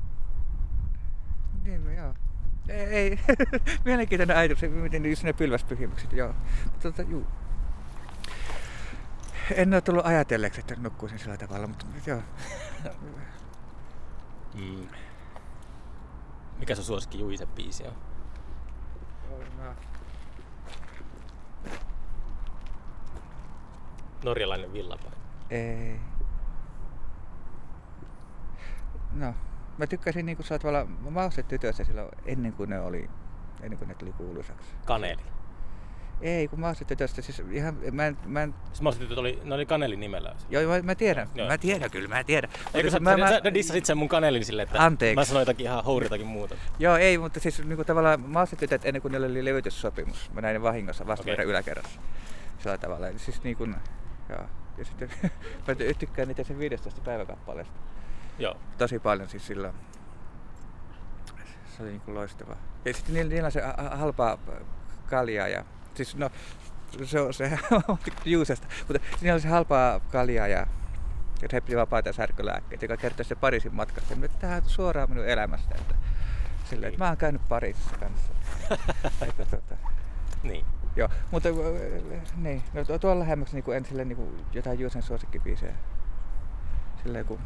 Niin, joo. Ei. Mielenkiintoinen ajatus, miten just ne pylväspyhimykset, joo. Mutta juu. En ole tullut ajatelleeksi, että nukkuisin sillä tavalla, mutta joo. Mikä sun suosikki Juise-biisi on? Norjalainen villapaikka. Ei. No, mä tykkäsin niinku sillä tavalla Maustetytössä silloin ennen kuin ne tuli kuuluisaksi. Kaneli. Ei, kun Maustetytöstä siis ihan mä en... Maustetytöt oli Kanelin nimellä. Joo, mä tiedän. Joo. Mä tiedän. Eikö sä dissasit sen mun Kanelin silleen, että anteeksi. Mä sanoin jotakin jotakin muuta. Joo, ei, mutta siis niinku tavallaan Maustetytöt ennen kuin niillä oli levytyssopimus. Mä näin ne vahingossa vasta meidän yläkerrassa. Sillä tavalla. Siis niinku, joo. Ja sitten mä tykkään niitä sen 15 päiväkappaleesta. Joo. Tosi paljon siis silloin. Se oli niinku loistavaa. Ja sitten niillä on se halpaa kaljaa ja siis no se Juusesta, mutta siinä oli se halpaa kaljaa ja reptivapaita särkölääkkeitä, joka kertoo se Pariisin matkasta. Tämä on suoraan minun elämästä. Silleen, että mä oon käynyt Pariisissa kanssa. Niin. Joo, mutta niin, no, tuolla lähemmäksi niin en silleen niin jotain Juusen suosikkibiisejä. Silleen kun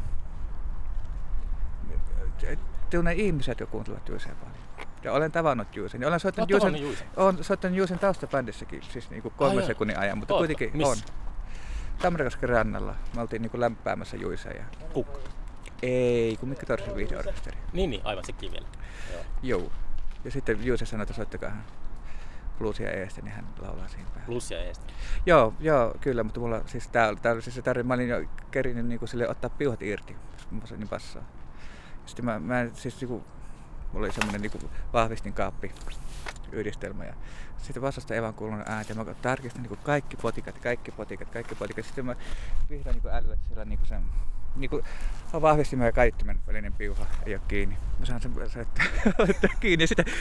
tunnen ihmiset, jotka kuuntelevat Juusea paljon. Ja olen tavannut Juusen. Ja olen soittanut Juusen taustabändissäkin, siis niin 3 sekunnin ajan, mutta kuitenkin missä? on. Tammerkosken rannalla. Me oltiin niin lämpäämässä Juisea. Ja... Kukko? Ei, kun Mikko Torsin viihdeorkesteri. Niin, aivan sekin vielä. Joo. Ja sitten Juuse sanoi, että soittakaa bluesia eestä, niin hän laulaa siihen päälle. Bluesia eestä? Joo, kyllä, mutta mulla siis tää oli siis se tarina, mä olin jo kerinyt niinku sille ottaa piuhat irti, koska mä osasin bassaa. Sitten mä siis niinku, mulla oli semmonen niinku vahvistinkaappi yhdistelmä ja sitten bassasta Evan kuulunut ääntä ja mä tarkistin niinku kaikki potikat. Sitten mä vihdoin niinku älyä, että siellä niinku sen niinku vahvistimen ja kaiuttimen välinen piuha ei oo kiinni. Mä saan sen laittaa kiinni ja sitten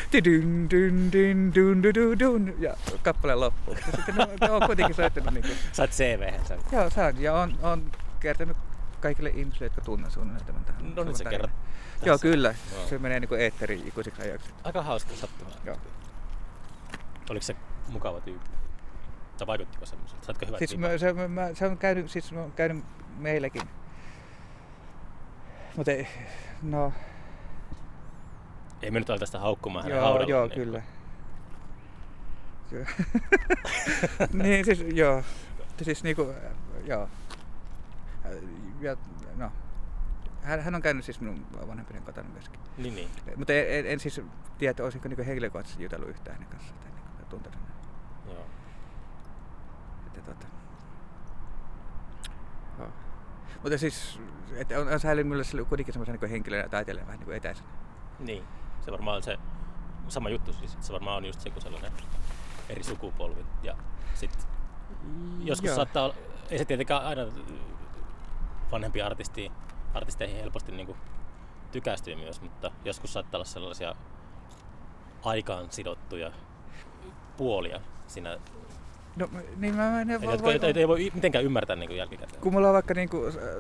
dun ja kappale loppuu. Ja sitten ne on kuitenkin soittanut niinku. Sä oot CV-hän sen. Joo, saan ja on kertonut kaikille ihmisille, jotka tunnen suunnitelman tähän. No nyt sä kerrot. Joo, kyllä. No. Se menee niinku eetteriin ikuisiksi ajaksi. Aika hauska sattuma. Joo. Oliko se mukava tyyppi? Tai vaikuttiko semmoiselta? Saatko hyvät siis se on käynyt meilläkin. Mutta no, Ei me nyt ole tästä haukkumaan hänen joo, haudalla. Joo, niin. Kyllä. Niin siis joo. Siis niinku, joo. Ja, no. Hän on käynyt siis minun vanhempien kotona myöskin. Niin. Mutta en siis tiedä, että olisinko niinku henkilökohtaisesti jutellut yhtään hänen kanssaan tai niinku tuntenut. Joo. Joo. Mutta siis, että on säilynyt minulle kuitenkin semmoisen niin henkilönä taiteilijan vähän niin etäisenä. Niin, se varmaan on se sama juttu siis, että se varmaan on just se, kun sellainen eri sukupolvi ja sit joskus saattaa olla, ei se tietenkään aina vanhempia artisteihin helposti niinku tykästyy myös, mutta joskus saattaa olla sellaisia aikaan sidottuja puolia siinä. No niin mä en ei voi mitenkään ymmärtää niinku jälkikäteen. Kun mulla on vaikka niinku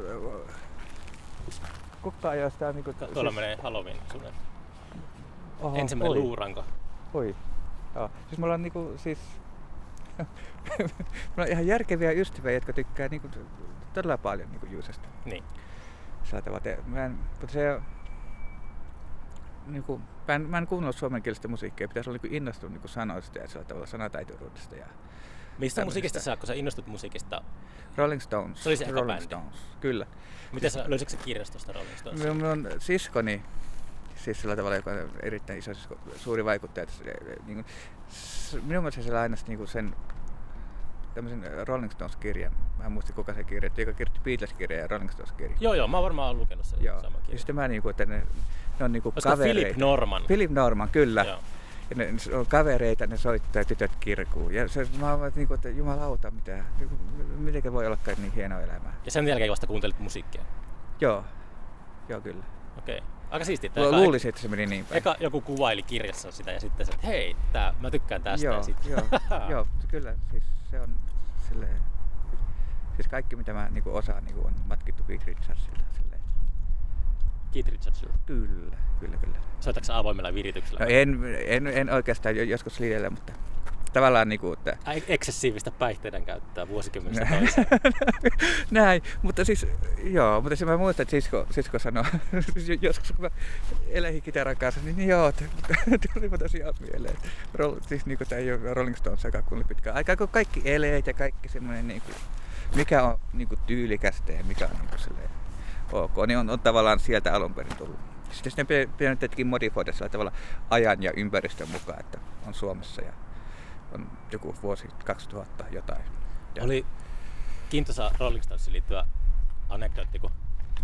kukkaa jostain niinku tuolla menee Halloween sun ensimmäinen luuranko. Oi. Joo. Siis mulla on niinku siis mulla on ihan järkeviä ystäviä, jotka tykkää niinku todella paljon niinku Juusesta. Niin. Mä en kuunnellut suomenkielistä musiikkia, pitäisi olla niinku innostunut niinku sanoista ja sillä tavalla sanataituruudesta. Ja mistä musiikista kun sä innostut musiikista? Rolling Stones. Se oli se eka Rolling bändi? Stones, kyllä. Miten sä löysitkö se kirjastosta Rolling Stones? Minun siskoni, siis sillä tavalla, joka on erittäin iso suuri vaikuttaja. Niin minun mielestä se lainasi niin sen tämmöisen Rolling Stones-kirjan. Mä en muista kuka se kirjoitti, joka kirjoitti Beatles-kirjan ja Rolling Stones-kirjan. Joo, mä oon varmaan lukenut sen saman kirjan. Ja sitten mä että ne on niinku kavereita. Philip Norman? Philip Norman, kyllä. Joo. Ja ne on kavereita, ne soittaa tytöt kirkuun. Ja mä oon että jumalauta, mitenkä voi ollakaan niin hienoa elämää. Ja sen jälkeen vasta kuuntelit musiikkia? Joo, kyllä. Okei. Aika siistiä. Luulisin, että se meni niin päin. Eka joku kuvaili kirjassa sitä ja sitten se, että hei, mä tykkään tästä. Joo, kyllä. Siis se on silleen. Siis kaikki mitä mä osaan on matkittu Keith Richardsilla. Keith Richardsilla? Kyllä. Soitatko sä avoimella virityksellä? No en oikeastaan joskus liidellä, mutta tavallaan että eksessiivistä päihteiden käyttää vuosikymmenestä toiseen. Näin, mutta siis mä muistan, että sisko sanoi, joskus kun mä elehin kitaran kanssa, niin tulipa tosiaan mieleen. Siis tää ei ole Rolling Stones, joka kuunnellut pitkään aikaa, kun kaikki eleet ja kaikki semmoinen mikä on tyylikästä ja mikä on silleen ok, niin on tavallaan sieltä alun perin tullut. Sitten ne pitänyt tietenkin modifioida sillä tavalla ajan ja ympäristön mukaan, että on Suomessa ja on joku vuosi 2000 jotain. Ja oli kiintoisa Rolling Stonesiin liittyvä anekdootti, kun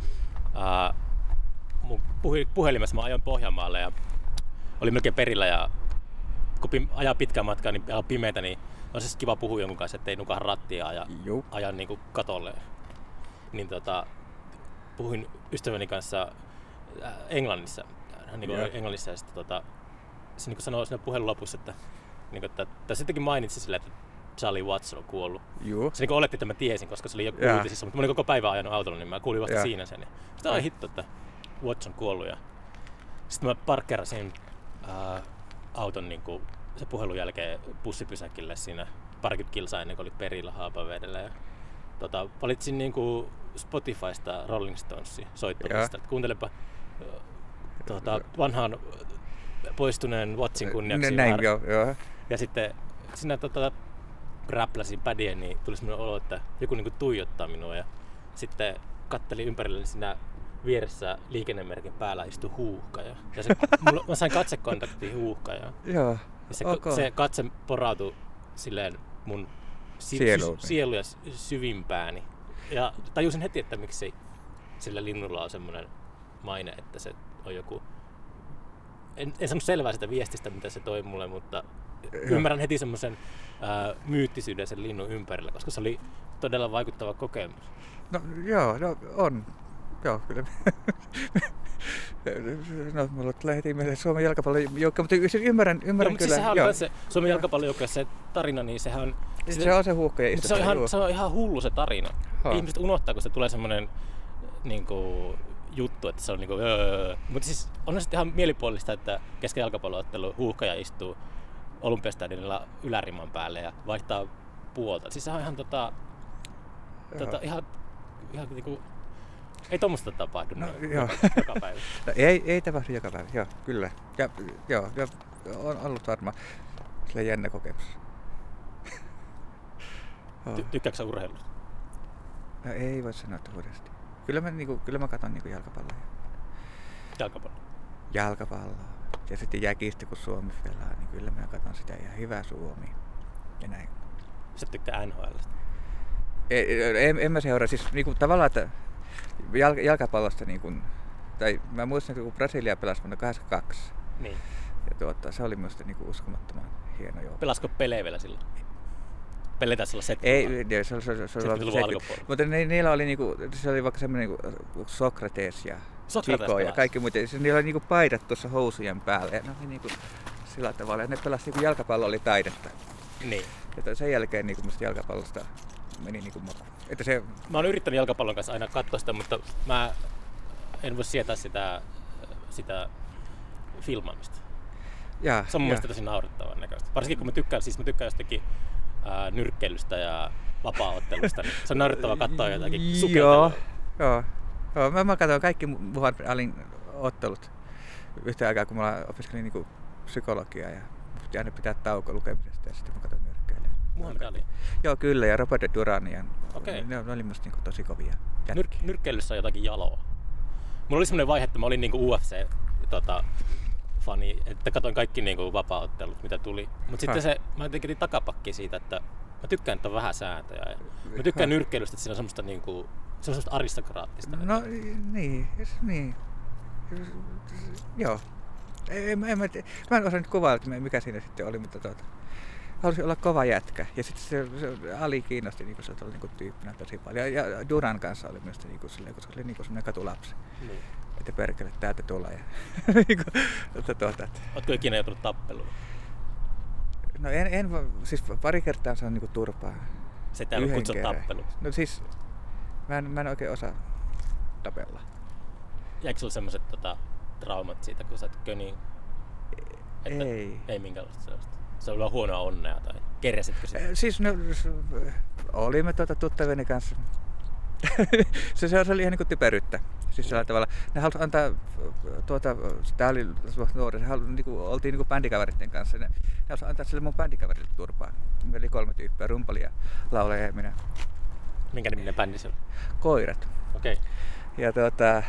mun puhelimessa mä ajoin Pohjanmaalle ja oli melkein perillä ja kun ajaa pitkän matkaa niin on pimeätä, niin on siis kiva puhua jonkun kanssa, ettei nukahan rattia ja ajan niinku katolle. Niin puhuin ystäväni kanssa Englannissa. Hän oli Englannissa ja sitten se sanoi siinä puhelun lopussa, että sittenkin mainitsi sille, että Charlie Watts on kuollut. Joo. Se oletti, että mä tiesin, koska se oli jo uutisissa, mutta mä olin koko päivän ajanut autolla, niin mä kuulin vasta siinä sen. Sitten oli hitto, että Watts on kuollut. Ja sitten mä parkkerasin auton se puhelun jälkeen bussipysäkille siinä parikymmentä kilsaa ennen kuin oli perillä Haapavedellä. Ja valitsin Spotifysta Rolling Stonesia soittamista. Kuuntelepa vanhaan poistuneen Wattsin kunniaksi. Näin, joo. Ja sitten siinä räpläsin pädiä, niin tuli semmoinen olo, että joku tuijottaa minua. Ja sitten kattelin ympärille, niin siinä vieressä liikennemerkin päällä istui huuhka. Ja mä sain katsekontaktiin huuhka. Ja se katse porautui silleen mun sielu ja syvimpääni. Ja tajusin heti, että miksi sillä linnulla on semmoinen maine, että se on joku. En saanut selvää sitä viestistä, mitä se toi mulle, mutta ymmärrän heti semmoisen myyttisyyden sen linnun ympärillä, koska se oli todella vaikuttava kokemus. No on. Joo, kyllä. Mulla tulee heti mieleen Suomen jalkapallojoukkue, mutta ymmärrän mutta kyllä. Sehän on se Suomen jalkapallojoukkue, se tarina, niin sehän on. Se on se huuhka ja se on ihan hullu se tarina. Ihmiset unohtaa, kun se tulee semmoinen juttu, että se on Mutta siis on se ihan mielipuolista, että kesken jalkapalloottelu huuhkaja istuu Olympiastadionilla yläriman päälle ja vaihtaa puolta. Siis se on ihan ihan Ei tuommoista tapahdu joka päivä. No, ei tapahdu joka päivä, joo, kyllä. Ja on ollut varmaan sillä jännä kokemus. Tykkääkö sä urheilusta? No ei voi sanoa uudesti. Kyllä mä katson jalkapalloa. Jalkapalloa. Ja sitten jäkistä, kun Suomi pelaa, niin kyllä mä katson sitä ihan hyvä Suomi. Ja näin. Sä tykkää NHL:stä? En mä seuraa. Siis tavallaan, että jalkapallosta tai mä muistan, kun Brasilia pelasi vuonna 1982. Niin. Ja se oli minusta uskomattoman hieno joukko. Pelasko Pele vielä silloin? Pele taisi olla 70. Ei, se oli mutta niillä oli se oli vaikka semmoinen Sokrates ja Chico ja kaikki muut. Niillä oli paidat tuossa housujen päällä ja ne oli sillä tavalla. Ja ne pelasi jalkapallo oli taidetta. Niin. Ja sen jälkeen musta jalkapallosta meni maku. Mä oon yrittänyt jalkapallon kanssa aina katsoa sitä, mutta mä en voi sietää sitä filmaamista. Se on mun mielestä tosi naurettavan näköistä. Varsinkin kun mä tykkään jostakin nyrkkeilystä ja vapaa-ottelusta, niin se on naurettavaa katsoa jotakin sukeltelua. Joo. Mä katsoin kaikki Muhammad Alin ottelut yhtä aikaa, kun mä opiskelin psykologiaa ja aina pitää tauko lukemisesta ja sitten mä katsoin nyrkkeilyä. Muhammad Ali? Joo, kyllä, ja Robert de Duran. Okay. Ne oli musta tosi kovia. Nyrkkeilyssä on jotakin jaloa. Mulla oli semmoinen vaihe, että mä olin UFC-fani, että katsoin kaikki vapaa-ottelut, mitä tuli. Mutta sitten mä jotenkin takapakki siitä, että mä tykkään, että on vähän sääntöjä. Ja mä tykkään nyrkkeilystä, että siinä on semmoista aristokraattista. No niin. Joo. Mä en osannut kuvailla, mikä siinä sitten oli, mutta halusin olla kova jätkä. Ja sitten se Ali kiinnosti, se oli tyyppinä tosi paljon. Ja Duran kanssa oli myös silleen, koska se oli semmoinen katulapsi. Niin. Että perkele, täältä tulee. Ootko ikinä joutunut tappeluun? No siis pari kertaa se on turpaa. Se täällä on kutsua tappeluksi. No siis, mä en oikein osaa tapella. Jäikö sulla semmoset traumat siitä, kun sä et köniin? Ei minkäänlaista sellaista. Se oli vaan huonoa onnea tai kerjäsitkö sitä? Siis olimme tuttavieni kanssa. se oli ihan typeryyttä. Siis sillä tavalla. Ne halusivat antaa, tää oli nuori, oltiin bändikaveritten kanssa. Ne halusivat antaa sille mun bändikaverille turpaa. Meillä oli 3 tyyppiä, rumpali ja laulaja ja minä. Minkä niminen bändi se oli? Koirat. Okei. Okay.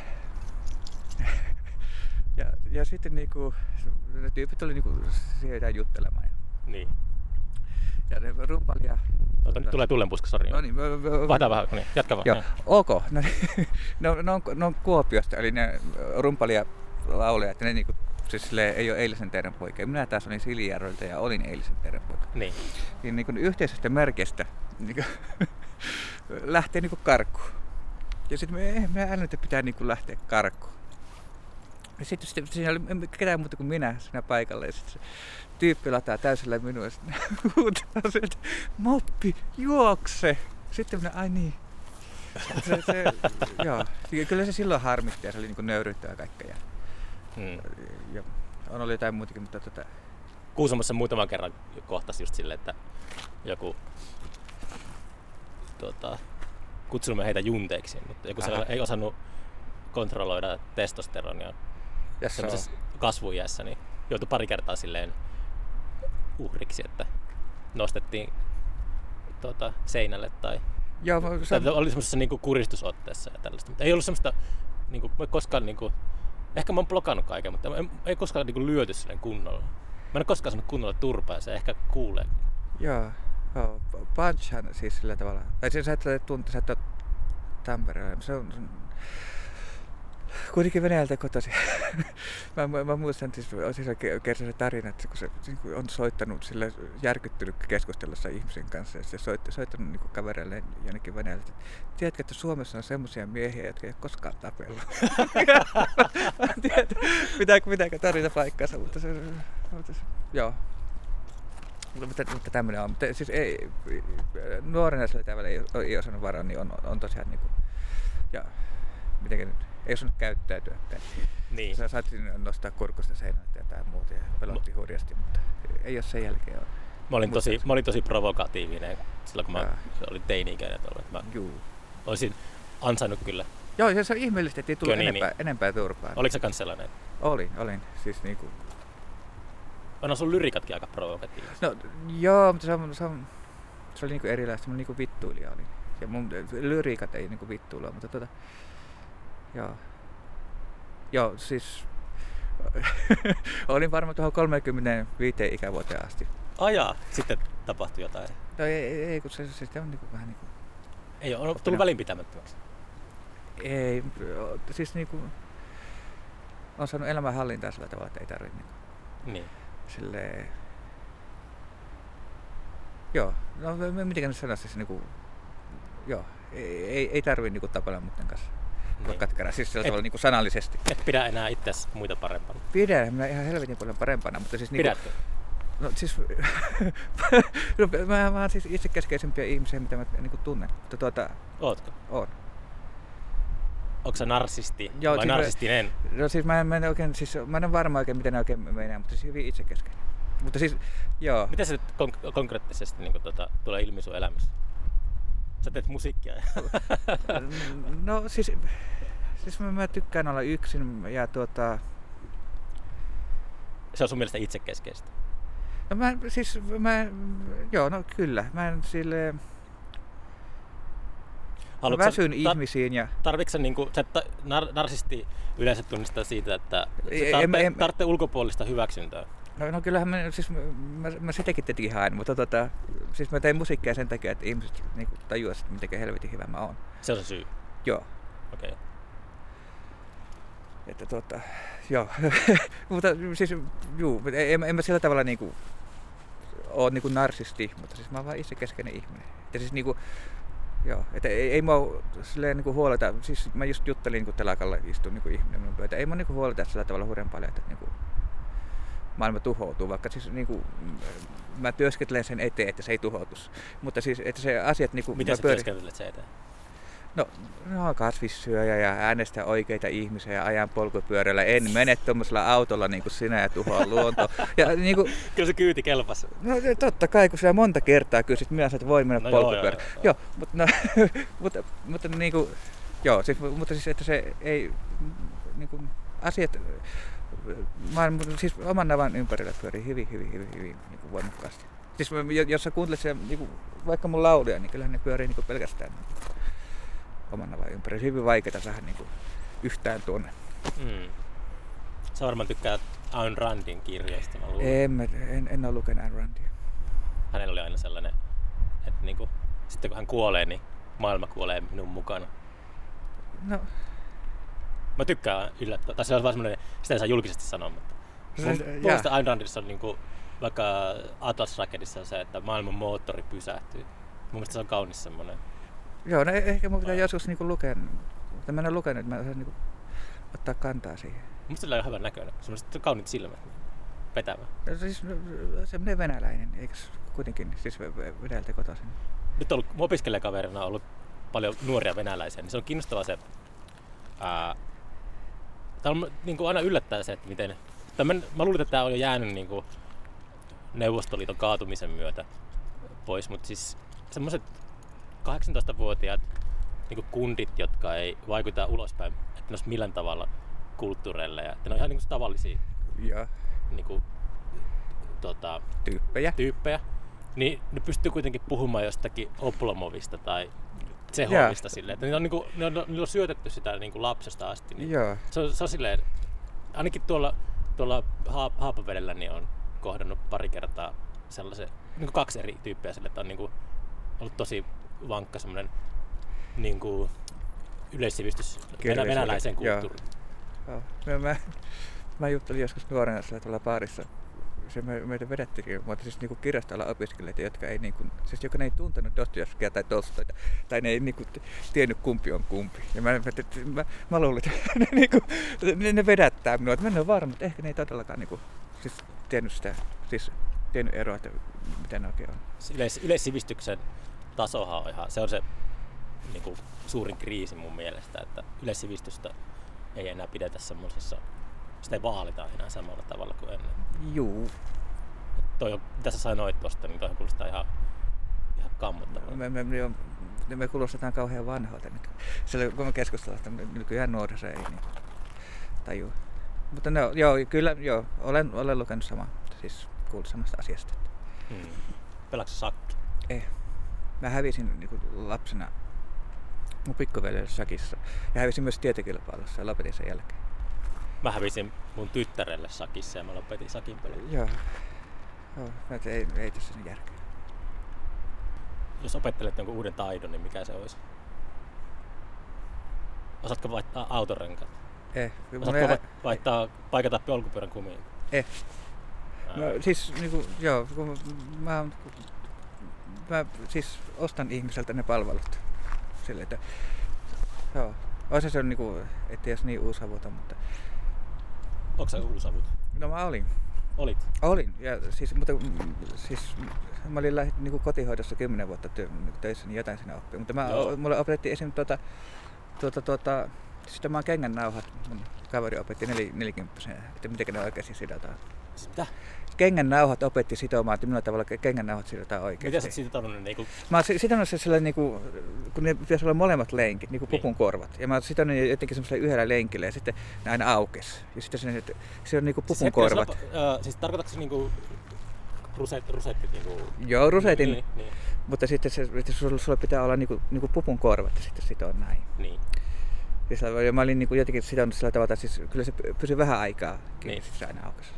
Ja sitten ne tyypit oli siihen juttelemaan. Niin. Ja ne rumpali ja... Nyt tulee tulenpuska, sori. No niin. Vaihdaa vähän, niin jatka vaan. Joo, ok. Ne on Kuopiosta, eli ne rumpali ja laulajat, ne siis ei ole eilisen teidän poikia. Minä taas olin Silijärveltä ja olin eilisen teidän poika. Niin. Niin yhteisestä merkistä lähtee karkuun. Ja sitten me älytä pitää lähteä karkuun. Ja sitten siinä oli ketään muuta kuin minä siinä paikalla. Ja sitten se tyyppi lataa täysillä minua ja sitten huutaa sieltä, Moppi, juokse! Sitten minä, ai niin. Joo. Kyllä se silloin harmitti ja se oli nöyryyttävää kaikkea. Ja on ollut jotain muutakin, mutta Kuusamossa muutaman kerran kohtasi just silleen, että joku kutsunut heitä junteiksi, mutta joku se ei osannut kontrolloida testosteronia semmoisessa kasvuiässä, niin joutui pari kertaa silleen uhriksi, että nostettiin seinälle tai oli semmoisessa kuristusotteessa ja tällaista. Mutta ei ollut semmoista koskaan ehkä mä oon blokannut kaiken, mutta ei koskaan lyöty silleen kunnolla. Mä en ole koskaan saanut kunnolla turpaa ja se ehkä kuulee. Joo. Punchhan siis sillä tavalla. Tai sä et ole Tampereella. Se on kuitenkin Venäjältä kotoisin. mä muistan, siis kerran se tarina, että kun se on soittanut sille järkyttynyt keskustelussa ihmisen kanssa ja se soittanut kavereille jonnekin Venäjälle, että tiedätkö, että Suomessa on semmoisia miehiä, jotka ei ole koskaan tapellut. Pitääkö tarina paikkansa, mutta joo. Mutta tämmöinen on. Mutta siis nuorena sillä tavalla ei osannut varaa, niin on tosiaan ja mitenkä nyt, ei osannut käyttäytyä. Niin. Sä saatiin nostaa kurkusta seinältä ja jotain muuta ja pelotti hurjasti, mutta ei ole sen jälkeen ole. Mä olin tosi provokatiivinen silloin, kun mä olin teini-ikäinen. Mä olisin ansainnut kyllä Joo, se on ihmeellistä, että ei tullut enempää turpaa. Oliko se kans sellainen? Olin. Siis niinku... On sun lyrikatkin aika provokatiivisia. No joo, mutta se oli niinku erilaista. Mä niinku vittuilija olin. Ja mun lyriikat ei niinku vittuilla, mutta Joo, siis... olin varmaan tuohon 35 ikävuoteen asti. Ajaa, sitten tapahtui jotain. No ei kun se on niinku vähän niinku... Ei ole tullut välinpitämättömäksi. Ei, siis niinku... On saanut elämän hallintaa sillä tavalla, että ei tarvitse niinku... Niin. Silleen... Joo, no mitenkä nyt sanoisi siis niinku... Joo, ei tarvitse niinku tapella muiden kanssa. Niin. Katkeraa, siis sillä tavalla niinku sanallisesti. Et pidä enää itseäsi muita parempana. Pidän, minä ihan helvetin paljon parempana, mutta siis niinku... Pidätkö? No siis... mä oon siis itsekeskeisempiä ihmisiä, mitä mä niinku tunnen. Mutta Ootko? Oon. Onko sä narsisti vai siis narsistinen? No siis mä en oikein, siis mä en ole varma oikein miten ne oikein meinaa, mutta siis hyvin itsekeskeinen. Mutta siis, joo. Miten se nyt konkreettisesti niin tulee ilmi sun elämässä? Sä teet musiikkia. No siis mä tykkään olla yksin ja Se on sun mielestä itsekeskeistä? No no kyllä. Mä en silleen... Mä väsyn ihmisiin ja... Tarvitsetko niinku, narsisti yleensä tunnistaa siitä, että tarvitsee ulkopuolista hyväksyntää? No kyllähän mä sitäkin tietenkin haen, mutta siis mä tein musiikkia sen takia, että ihmiset niinku tajuaisivat, miten helvetin hyvä mä oon. Se on se syy? Joo. Okei. Että joo. Mutta siis en mä sillä tavalla niinku oo niinku narsisti, mutta siis mä oon vaan itsekeskeinen ihminen. Ja siis niinku joo, että ei mua silleen niinku huoleta, siis mä just juttelin niinku telakalla istun niinku ihminen minun pöytä. Ei mua niinku huoleta sillä tavalla hurjan paljon, että niinku maailma tuhoutuu, vaikka siis niinku mä työskentelen sen eteen, että se ei tuhoutus. Mutta siis että se asiat niinku miten sä työskentelet sen eteen? No kasvissyöjä ja äänestää oikeita ihmisiä ja ajan polkupyörällä. En mene tuommoisella autolla niin kuin sinä ja tuhoa luonto. Ja, niin kuin, kyllä se kyyti kelpasi. No totta kai, kun sinä monta kertaa kysyt myös, että voi mennä polkupyörällä. Joo, mutta niin kuin, joo, mutta siis että se ei niin kuin, asiat siis oman navan ympärillä pyörii hyvin niin kuin voimakkaasti. Siis jos sä kuuntelet siellä, niin kuin, vaikka mun lauluja, niin kyllähän ne pyörii niin kuin pelkästään oman navan ympärillä. Hyvin vaikeaa saada niin kuin yhtään tuonne. Sä varmaan tykkäät Ayn Randin kirjoista, mä luulen. En ole lukenut Ayn Randia. Hänellä oli aina sellainen, että niin kuin, sitten kun hän kuolee, niin maailma kuolee minun mukana. No. Mä tykkään yllättää, tai se on vaan semmoinen, sitä ei saa julkisesti sanoa, mutta mun mielestä Ayn Randissa on niin kuin, vaikka Atlas Shruggedissa on se, että maailman moottori pysähtyy. Mun mielestä se on kaunis semmoinen. Joo, no ehkä mun pitää joskus niinku lukea, mutta mä en ole lukenut, että mä osaan niinku ottaa kantaa siihen. Musta sillä on hyvän näköinen, semmoiset kauniit silmät, vetävä. No, siis semmoinen venäläinen, eikös kuitenkin, siis Venäjältä kotoisin. Nyt on ollut, mun opiskelijakaverina on ollut paljon nuoria venäläisiä, niin se on kiinnostavaa se, tää on niin kuin aina yllättää se, että miten, mä luulen, että tää on jo jäänyt niin kuin Neuvostoliiton kaatumisen myötä pois, mutta siis semmoiset 18-vuotiaat niin kundit, jotka ei vaikuta ulospäin, että ne olisi millään tavalla kulttuureille ja että ne on ihan niin kuin tavallisia niin kuin, tyyppejä, niin ne pystyy kuitenkin puhumaan jostakin Oblomovista tai Tsehovista silleen, että niillä on syötetty sitä niin kuin lapsesta asti. Niin se on silleen, ainakin tuolla Haapavedellä niin on kohdannut pari kertaa sellaisen, niin kuin 2 eri tyyppiä sille, että on niin kuin ollut tosi vankka semmoinen niin kuin yleissivistys venäläiseen kulttuuriin. Mä juttelin joskus nuorena sillä tuolla baarissa. Se meitä vedettikin, mutta siis niinku kirjastolla opiskelijoita, jotka ei niinku, siis joka ne ei tuntenut Dostojevskia tai Tolstoita, tai ne ei niinku tiennyt kumpi on kumpi. Ja mä luulin, että ne vedättää minua, että mä en ole varma, että ehkä ne ei todellakaan niinku, siis tiennyt eroa, että mitä ne oikein on. Yleissivistyksen tasohan on ihan, se on se niinku suurin kriisi mun mielestä, että yleissivistystä ei enää pidetä semmoisessa, sitä ei vaalita enää samalla tavalla kuin ennen. Juu. Mitä sä sanoit tosta, niin toi kuulostaa ihan kammottavalta. me kuulostetaan kauhean vanhoilta. Sillä kun me keskustellaan, että nykyään nuoriso ei niin tajua. Mutta no, joo, kyllä, joo, olen lukenut samaa, siis kuullut samasta asiasta. Pelaatko sakki? Ei. Mä hävisin niin lapsena mun pikkuveljelle sakissa ja hävisin myös tietokilpailussa ja lopetin sen jälkeen. Mä hävisin mun tyttärelle sakissa ja mä lopetin sakin pelin. Joo, ei tässä sen järkeä. Jos opettelet jonkun uuden taidon, niin mikä se olisi? Osaatko vaihtaa autorenkaat? Ei. Osaatko paikata polkupyörän kumiin? Ei. No, siis niinku, joo, kun mä siis ostan ihmiseltä ne palvelut. Sille, että joo. Oisa se on niinku, ettei edes niin uusavuota, mutta... Onko sä uusavuota? No mä olin. Olit? Olin. Ja siis, mutta siis mä olin niinku kotihoidossa 10 vuotta töissä, niin jotain siinä oppii. Mutta mulle opetettiin esim. Sitten mä oon kengännauhat. Mun kaveri opetti 40-vuotiaana, että miten ne oikeasti sidotaan. Mitä? Kengännauhat opetti sitomaan, että millä tavalla kengännauhat sidotaan oikeasti. Miten sä oot sitonut ne niinku? Mä oon sitonut se sellainen, niinku, kun ne pitäisi olla molemmat lenkit, niinku pupun korvat. Ja mä oon sitonut ne jotenkin semmoisella yhdellä lenkillä ja sitten ne aina aukes. Ja sitten se on niinku pupun korvat. Siis tarkoitatko se niinku rusettit niinku? Joo, rusetin. Niin. Mutta sitten sulla pitää olla niinku pupun korvat ja sitten sitoa näin. Niin. Ja mä olin niinku jotenkin sitonut sillä tavalla, että siis kyllä se pysyi vähän aikaa kiinni, niin. Sitten se aina aukesi.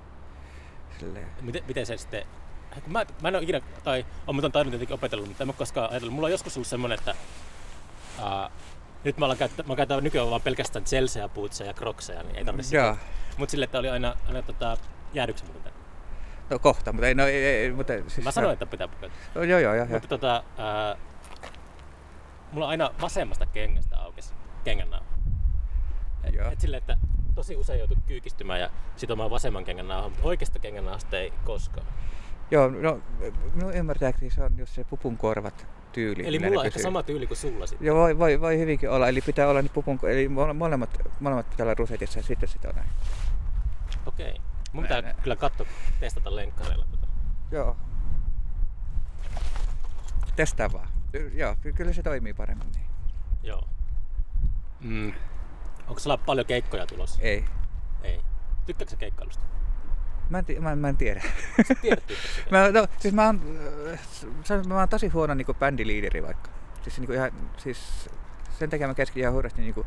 Miten se sitten... Mä en ole ikinä, tai on muuten taidon tietenkin opetellut, mutta en ole koskaan ajatellut. Mulla on joskus ollut semmonen, että nyt mä käytän nykyään vaan pelkästään Chelsea bootseja ja Crocseja, niin ei tarvitse sitä. Mutta sille, että oli aina jäädyksä muuten. No kohta, mutta ei mutta siis... Mä sanoin, että pitää pukeutua. No, joo. Mutta mulla on aina vasemmasta kengästä aukesi kengännauha. Et silleen, että tosi usein joutuu kyykistymään ja sitomaan vasemman kengännauhan, mutta oikeasta kengännauhasta ei koskaan. Joo, no minun ymmärtääkseni se on just se pupun korvat tyyli. Eli mulla on ehkä sama tyyli kuin sulla sitten. Joo, voi hyvinkin olla. Eli pitää olla eli molemmat pitää olla rusetissa ja sitten sitä on näin. Okei. Mun pitää kyllä testata lenkkareilla tota. Joo. Testaa vaan. Joo, kyllä se toimii paremmin niin. Joo. Onko sulla paljon keikkoja tulossa? Ei. Tykkääkö sä keikkailusta? Mä en tiedä. Sä tiedät tykkääkö? Mä oon tosi huono niinku bändiliideri vaikka. Siis niinku ihan sen takia mä keskityn ihan hurjasti niinku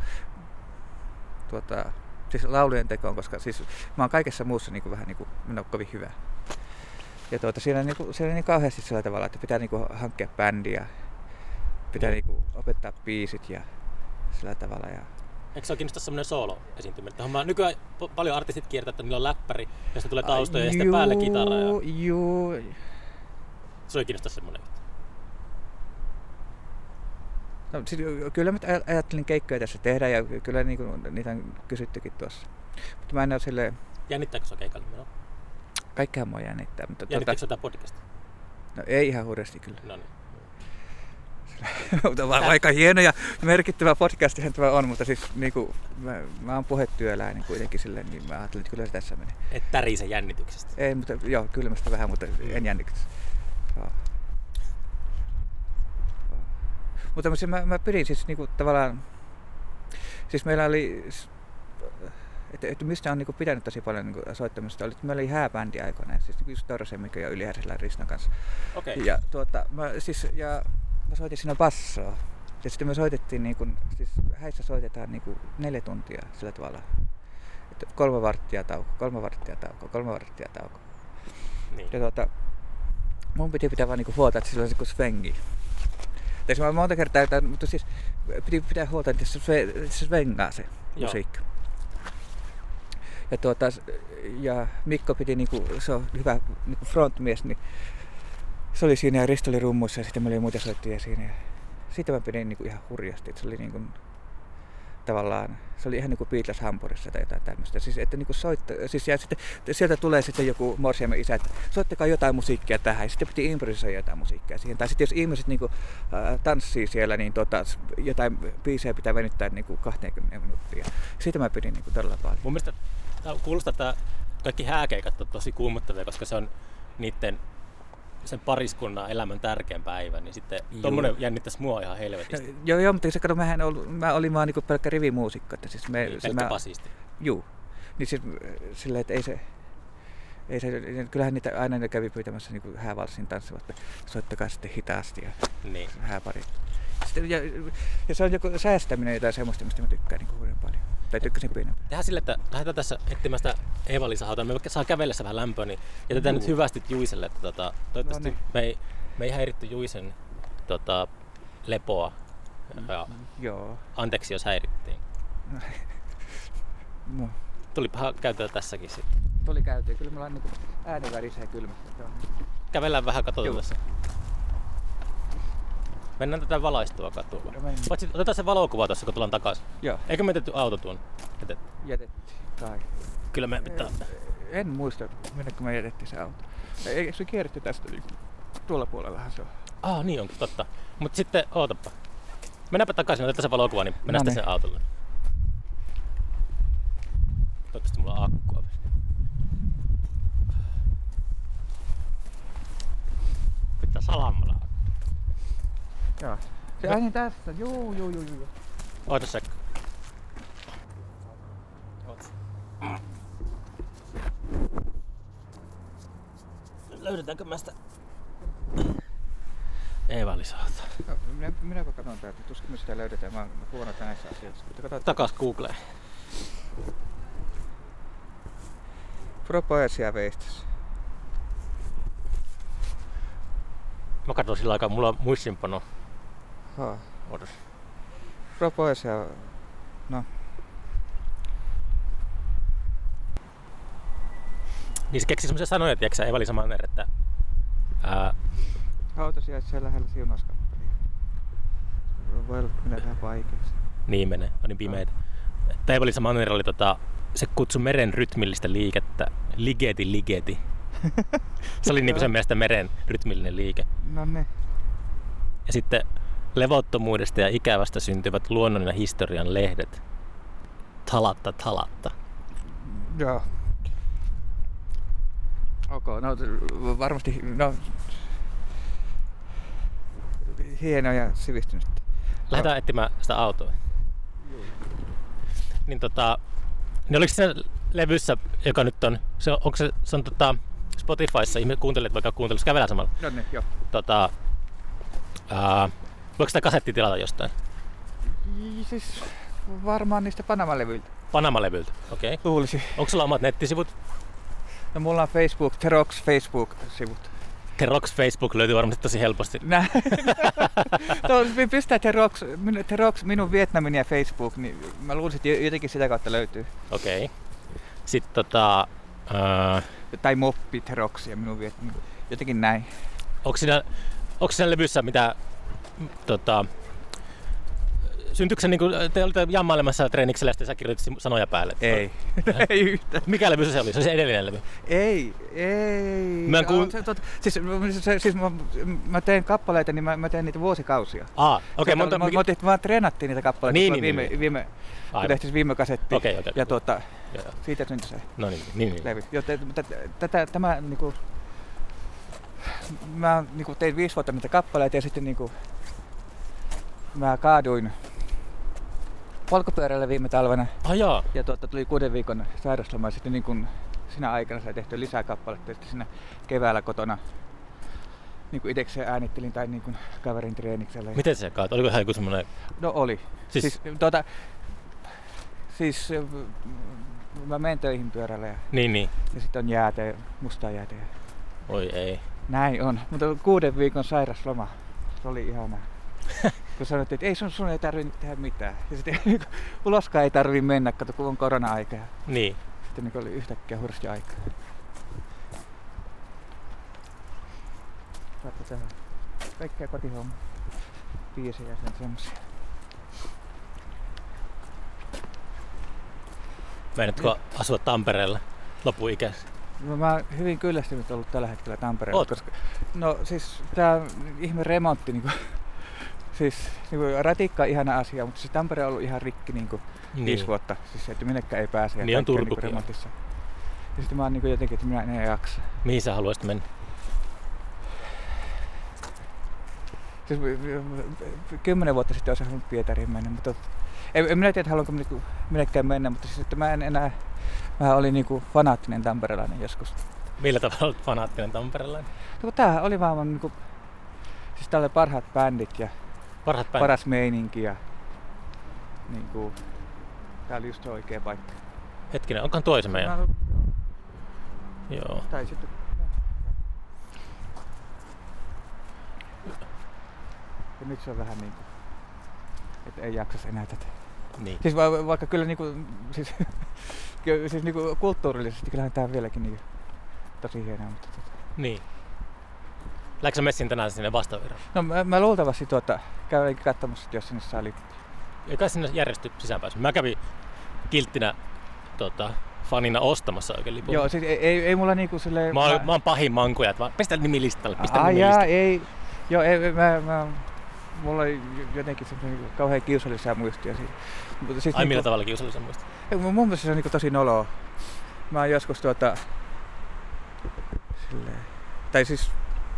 siis laulujen tekoon, koska siis mä oon kaikessa muussa niinku vähän niinku minä oon kovin hyvä. Ja siellä on niin kauheasti sillä tavalla, että pitää niinku hankkia bändiä, pitää niinku opettaa biisit ja sillä tavalla. Eikö se ole kiinnostaa semmoinen soolo-esiintyminen? Nykyään paljon artistit kiertää, että niillä on läppäri, josta tulee taustoja ja sitten päälle kitara. Joo. Se ei kiinnostaa semmoinen. No, siis, kyllä mä ajattelin keikkoja tässä tehdä ja kyllä niitä on kysyttykin tuossa. Mutta mä en ole silleen... Jännittääkö se keikalle menoa? Kaikkihan mua jännittää. Jännittääkö se tämä podcasta? No ei ihan hurjasti kyllä. No niin. Mutta aika hieno ja merkittävä podcastihan tämä on, mutta siis niinku, mä oon puhetyöläinen kuitenkin silleen, niin mä ajattelin, että kyllä se tässä menee. Et tärise jännityksestä? Ei, mutta joo, kylmästä vähän, mutta en jännityksestä. Joo. Mutta mä pyrin siis niinku tavallaan, siis meillä oli, että mistä on niinku pitänyt tosi paljon niinku soittamista, oli, että meillä oli hääbändi aikoinaan, siis just Torsen Mikko ja Ylihärsellä Riston kanssa. Okay. Ja mä soitin siinä bassoa. Ja sitten me soitettiin, siis häissä soitetaan 4 tuntia sillä tavalla. Että 3 varttia tauko, 3 varttia tauko, 3 varttia tauko. Niin. Ja mun piti pitää vaan huolta, että sillä on se kuin svengi. Tässä mä monta kertaa, mutta siis piti pitää huolta, että se svengaa se musiikki. Ja Mikko piti, se on hyvä frontmies, niin se oli siinä ja Risto oli rummuissa ja sitten meillä oli muita soittajia siinä. Ja siitä mä pidin ihan hurjasti, että se oli tavallaan, se oli ihan niin kuin Beatles Hampurissa tai jotain tämmöistä. Siis, että siis, ja sitten sieltä tulee sitten joku morsiamen isä, että soittakaa jotain musiikkia tähän. Ja sitten piti improvisoida jotain musiikkia siihen. Tai sitten jos ihmiset tanssii siellä, niin jotain biisejä pitää venyttää 20 minuuttia. Siitä mä pidin todella paljon. Mun mielestä kuulostaa, että kaikki hääkeikat on tosi kuumottavia, koska se on niitten sen pariskunnan elämän tärkein päivä, niin sitten tommonen jännittäisi mua ihan helvetisti. Joo, mutta se kato, mä olin vaan niinku pelkkä rivimuusikko. Että siis pelkkä basisti. Juu. Niin silleen, että ei se, kyllähän niitä aina ne kävi pyytämässä niinku häävalssin tanssivat, että soittakaa sitten hitaasti ja niin. Hääpari. Ja se on joku säästäminen jotain semmoista, mistä mä tykkään niinku hyvin paljon. Tai tykkäsin pienempää. Tehdään sille, että lähdetään tässä etsimästä sitä Eeva-Liisa hautaa. Me saa kävellessä vähän lämpöä, niin jätetään nyt hyvästi Juiselle. Että toivottavasti me ei häiritty Juisen lepoa. Joo. Anteeksi, jos häirittiin. No. Tuli paha käytöä tässäkin sitten. Tuli käytöä. Kyllä me ollaan niinku ääni värisee kylmässä. Kävellään vähän, katsotaan tässä. Mennään tätä valaistua katua. Otetaan se valokuva tuossa, kun tullaan takaisin. Joo. Eikö me jätetty auto tuon? Jätettiin. Kai. Kyllä me pitää. En muista, minnekä me jätettiin se auto. Eikö se kierretty tästä niin tuolla puolellahan se on? Niin onkin, totta. Mut sitten, ootapa. Mennäänpä takaisin, otetaan se valokuva, niin mennään sitten sen autolle. Toivottavasti mulla on akkua. Pitää salammalla. Joo. Se ääni tässä. Juu. Oota se. Löydetäänkö mä sitä Eeva-Liisa hautaa? Minäpä katson täältä. Tuskin me sitä löydetään. Mä oon huono näissä asioissa. Takas Googleen. Propoesia veistössä. Mä katson sillä aikaa, mulla on muistinpano. Odotas. Propoesia, no. Niin se keksi semmosia sanoja, tiiäksä Eeva-Liisa Manner, että Hauta sijaitsee lähellä Siunauskappelia. Voi mennä vähän vaikeaksi. Niin menee, on niin pimeitä. Eeva-Liisa Manner oli se kutsui meren rytmillistä liikettä ligeti. Se oli niinku sen mielestä meren rytmillinen liike. No niin. Ja sitten levottomuudesta ja ikävästä syntyvät luonnon ja historian lehdet. Talatta. Joo. No varmasti, hienoa ja sivistynyt. Lähdetään etsimään sitä autoa. Niin niin oliko se levyssä, joka nyt on, onko se on Spotifyssa, ihmiset kuuntelijat vaikka kuuntelussa, kävellään samalla. No niin, joo. Voiko sitä kasetti tilata jostain? Siis varmaan niistä Panama-levyiltä. Panama-levyiltä, okei. Okay. Luulisin. Onko sulla omat nettisivut? No mulla on The Rocks Facebook-sivut. The Rocks Facebook löytyy varmasti tosi helposti. Pistää The Rocks minun Vietnamin ja Facebook, niin mä luulisin, että jotenkin sitä kautta löytyy. Okei. Okay. Sitten tai Moppi The Rocks ja minun Vietnamin. Jotenkin näin. Onko siinä levyssä mitä syntyykö se niinku, te olitte jammailemassa treeniksellä ja sitten sä kirjoitit sanoja päälle? Ei. Ei yhtään. Mikä levy se oli? Se oli se edellinen levy? Ei. Siis mä teen kappaleita, niin mä teen niitä vuosikausia. Okei. Mä treenattiin niitä kappaleita, kun tehtiin viime kasetti. Okei. Ja siitä syntyi se levy. Tämä niinku, mä niinku tein 5 vuotta niitä kappaleita ja sitten niinku mä kaaduin polkupyörällä viime talvena. Jaa. Ja tuli 6 viikon sairausloma ja sitten niin kun sinä aikana sai tehty lisää kappaletta ja sitten siinä keväällä kotona niin kuin itsekseen äänittelin tai niin kuin kaverin treeniksellä. Miten se kaat? Oliko hän joku semmoinen? No oli. Siis mä menen töihin pyörällä ja sitten on jäätä ja mustaa jäätä. Oi ei. Näin on, mutta 6 viikon sairausloma. Se oli ihanaa. Kun sanottiin, että ei sun ei tarvitse tehdä mitään. Ja sitten uloskaan ei tarvitse mennä, kato kun on korona-aika. Niin. Sitten niin oli yhtäkkiä hursti aikaa. Saatko tehdä kaikkea kotihomma. Biisejä ja semmosia. Meinaatko asua Tampereella loppuikässä? Mä oon hyvin kyllästynyt ollut tällä hetkellä Tampereella. Koska, no siis tää ihme remontti niinku. Siis ratikka on ihana asia, mutta siis Tampere on ollut ihan rikki 5 vuotta. Siis että minnekään ei pääse. Niin on Turkukin. Remontissa. Ja sitten mä oon jotenkin, että minä en jaksa. Mihin sä haluaisit mennä? Siis 10 vuotta sitten olisin halunnut Pietariin mennä, mutta en minä tiedä, haluanko minäkään mennä, mutta siis, että mä en enää, mä olin niinku fanaattinen tamperelainen joskus. Millä tavalla olet fanaattinen tamperelainen? No, tää oli vaan niinku, siis täällä oli parhaat bändit ja paras meininki ja niinku, tää oli just se oikea paikka. Hetkinen, onkohan toisen meidän? Joo. Tai sitten... Ja nyt se on vähän niinku, että ei jaksas enää tätä. Niin. Siis vaikka kyllä niinku, siis niinku kulttuurillisesti kyllähän tää on vieläkin niinku tosi hienoa, mutta Niin. Lähdekö sä messin tänään sinne vastaviraan? No mä luultavasti käyn katsomassa, jos sinne saa lippu. Eikä sinne järjesty sisäänpääsy. Mä kävin kilttinä fanina ostamassa oikein lipun. Joo, siis ei mulla niinku silleen... Mä oon pahin mankuja, että vaan pistä nimilistalle, ei. Joo, mulla oli jotenkin semmoinen kauhean kiusallisia muistia siitä. Mutta siis millä tavalla kiusallisia muistia? Mun mielestä se on niinku tosi noloa. Mä oon joskus silleen... Tai siis...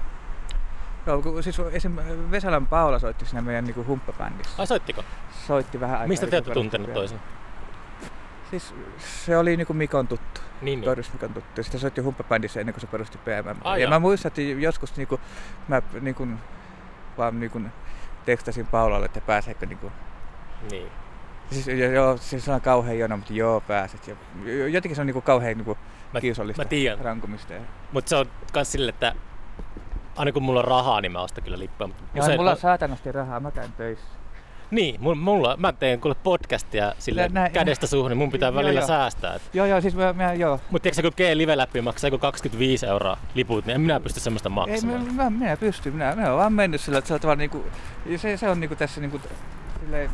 Joo, siis esim. Vesalan Paula soitti siinä meidän niinku humppabändissä. Ai soittiko? Soitti vähän aikaa. Mistä te olette tuntenut toisen? Siis se oli niinku Mikon tuttu. Niin. Doris Mikon tuttu. Ja sitten soitti humppabändissä ennen kuin se perusti PMM. Ja joo. mä muistan, että joskus niinku, mä niinku, vaan niinku tekstasin Paulalle, että pääseekö niinku... Niin. Siis se on kauhean jono, mutta joo pääset. Ja jotenkin se on niinku kauhean niinku kiusallista rankumista. Mutta se on kans silleen, että aina kun mulla on rahaa, niin mä ostan kyllä lippuja. Joo, mulla on saatanasti rahaa, mä käyn töissä. Niin, mä teen kuule podcastia silleen kädestä suuhun, niin mun pitää välillä säästää. Joo, siis joo. Mutta tiedätkö, kun G-live-läppi maksaa joku 25 € liput, niin en minä pysty semmoista maksamaan. Ei, minä pystyn. Minä olen vaan mennyt sillä, että se on tavallaan niinku, se on niinku tässä niinku silleen,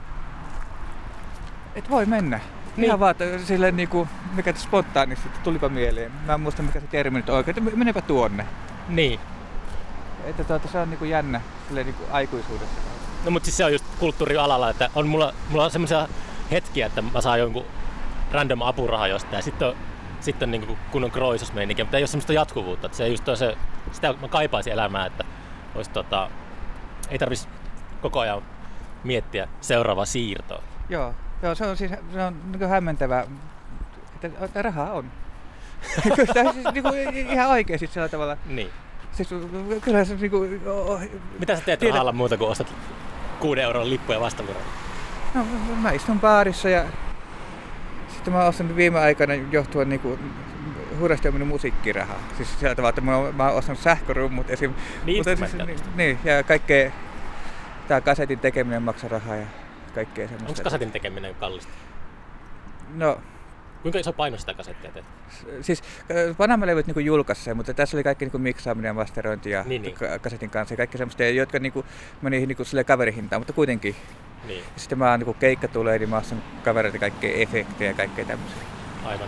et voi mennä. Niin. Ihan vaan silleen niinku, mikä spontaanisti tulipa mieleen. Mä en muista mikä se termi nyt oikein, että menepä tuonne. Niin. Että se on niinku jännä silleen niinku aikuisuudessa. No mut siis se on just kulttuurialalla, että mulla on semmoisia hetkiä, että mä saan jonkun random apuraha jostain ja sitten on niinku kunnon kroisusmeininki, mutta ei ole semmoista jatkuvuutta, että se just on se, sitä mä kaipaisin elämää, että olisi ei tarvitsisi koko ajan miettiä seuraavaa siirtoa. Joo, se on niinku hämmentävää, että rahaa on. Tämä siis niinku ihan oikeesti sillä tavalla. Niin. Siis kyllä se niinku... Mitä sä teet rahalla muuta kuin ostat 6 € lippuja vastavirralla? No mä istun baarissa ja sitten mä oon ostanut viime aikana johtuen niinku hurjasti on mennyt musiikkirahaa. Siis sillä tavalla, että mä oon ostanut sähkörummut esim. Niin, ja kaikkea tää kasetin tekeminen maksaa rahaa ja kaikkea semmoista. Onko kasetin tekeminen kallista? No... Kuinka iso paino sitä kasettia teet? Siis Panama-levyt niinku julkaisee, mutta tässä oli kaikki niinku miksaaminen ja masterointi ja kasetin kanssa ja kaikki semmoista, jotka niinku meni niinku silleen kaverihintaan, mutta kuitenkin. Niin. Ja sitten mä oon niinku keikka tulee, niin mä ostan kavereita kaikkea efektejä ja kaikkea tämmöisiä. Aivan.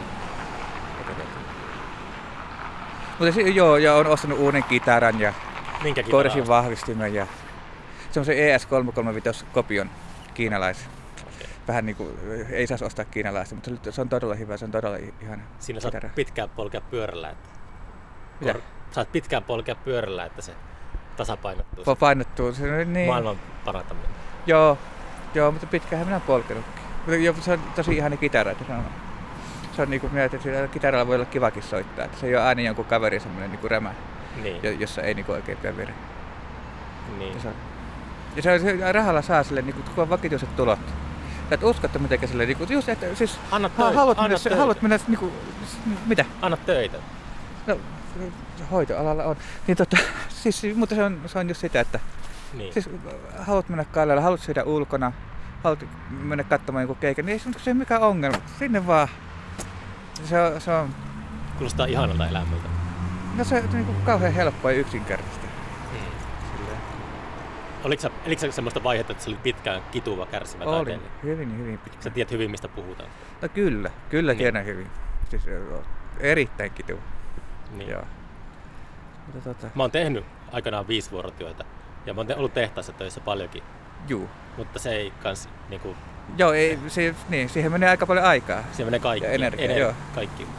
Mutta joo, ja oon ostanut uuden kitaran ja korsin vahvistimen ja semmoisen ES335 kopion kiinalaisen. Vähän niinku, ei saisi ostaa kiinalaista, mutta se on todella hyvä, se on todella ihana. Siinä saat pitkään polkea pyörällä, saat pitkään polkea pyörällä, että se tasapainottuu. Painottuu, se niin. Maailman parantaminen. Joo, mutta pitkäänhän minä olen polkenutkin. Se on tosi ihana kitara, että se on niinku, että sillä kitaralla voi olla kivakin soittaa, että se ei ole aina jonkun kaverin semmoinen niinku rämä, niin. Jossa ei niinku oikein pidä vire. Niin. Ja se rahalla saa sille niinku vakituiset tulot. Et uskotte mitenkä silleen, niinku, just että siis haluat mennä niinku, mitä? Anna töitä. No, hoitoalalla on. Niin siis, mutta se on just sitä, että siis haluat mennä Kallalle, haluat syödä ulkona, haluat mennä katsomaan joku keikan, niin ei se ole mikään ongelma. Sinne vaan. Se on... Kuulostaa ihanalta elämältä. No se on niinku kauhean helppoa ja yksinkertaista. Elikö sä semmoista vaihetta, että sä olit pitkään kituva, kärsivä taiteilija? Hyvin pitkään. Sä tiedät hyvin, mistä puhutaan? No kyllä tiedän hyvin. Siis erittäin kituva. Niin. Joo. Mä oon tehnyt aikanaan 5 vuorotyötä ja mä oon ollut tehtaassa töissä paljonkin. Juu. Mutta se ei kans niinku... Joo, ei, siihen menee aika paljon aikaa. Siihen menee kaikki. Ja energia, kaikki.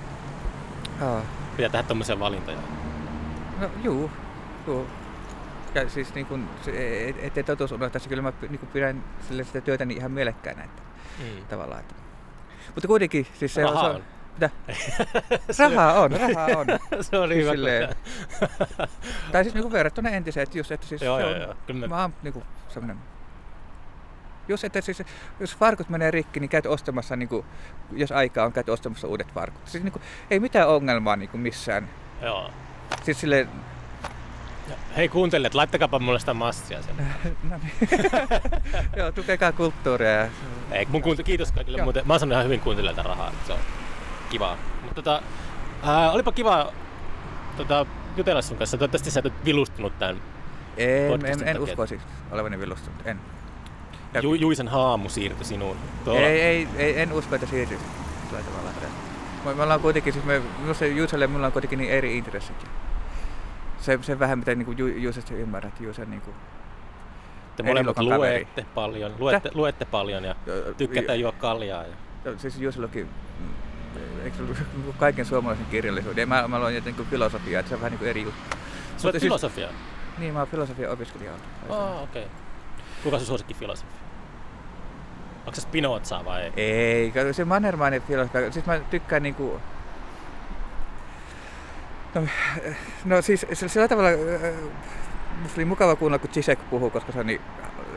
Aa. Pitää tehdä tommosia valintoja. No juu. Ja siis niin kun, ettei totuus unohtaisi, kyllä mä niin pidän sitä työtäni ihan mielekkäänä. Että, tavallaan. Että. Mutta kuitenkin, siis se rahaa on. Mitä? Rahaa on. Se oli hyvä. Tai siis niin verrattuna entiseen, että just, että siis joo. Mä oon niin semmoinen. Että siis, jos farkut menee rikki, niin käyt ostamassa, niin kuin, jos aikaa on, käyt ostamassa uudet farkut. Siis niin kuin, ei mitään ongelmaa niin kuin missään. Joo. Siis silleen. Hei kuuntelijat, laittakaapa mulle sitä massia sen. No niin. Joo, tukekaa kulttuuria. Ei, kiitos kaikille muuten. Mä oon saanut ihan hyvin kuuntelijoilta rahaa. Se on kivaa. Mutta olipa kiva jutella sun kanssa. Toivottavasti sä et vilustunut tän podcastin En uskoisi olevani vilustunut. En. Juisen haamu siirtyi sinuun. En usko, että siirtyy. Me ollaan kuitenkin, siis Juiselle mulla on kuitenkin niin eri intressit. Se vähän mitä niinku Juisesta ymmärrät. Juisen niinku. Te molemmat luette paljon ja tykkäätte juo kaljaa. Siis Juisellakin kaiken suomalaisen kirjallisuuden. Mä luen jotenkin filosofiaa, että se on vähän niinku eri juttu. Sä olet filosofiaa? Niin, mä oon filosofian opiskelija. Okei. Kuka sun suosikki filosofi? Onko se Spinoza vai? Ei, se Mannermainin filosofia. Siis mä tykkään niinku. No siis sillä tavalla musta oli mukava kuunnella, kun Zizek puhuu, koska se on niin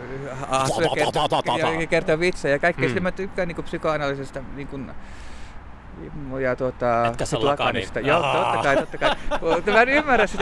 kertoo vitsejä ja kaikkea. Sitten mä tykkään niinku psykoanalyysisestä niinku ja Lacanista. Joo, totta kai. Mä en ymmärrä sitä.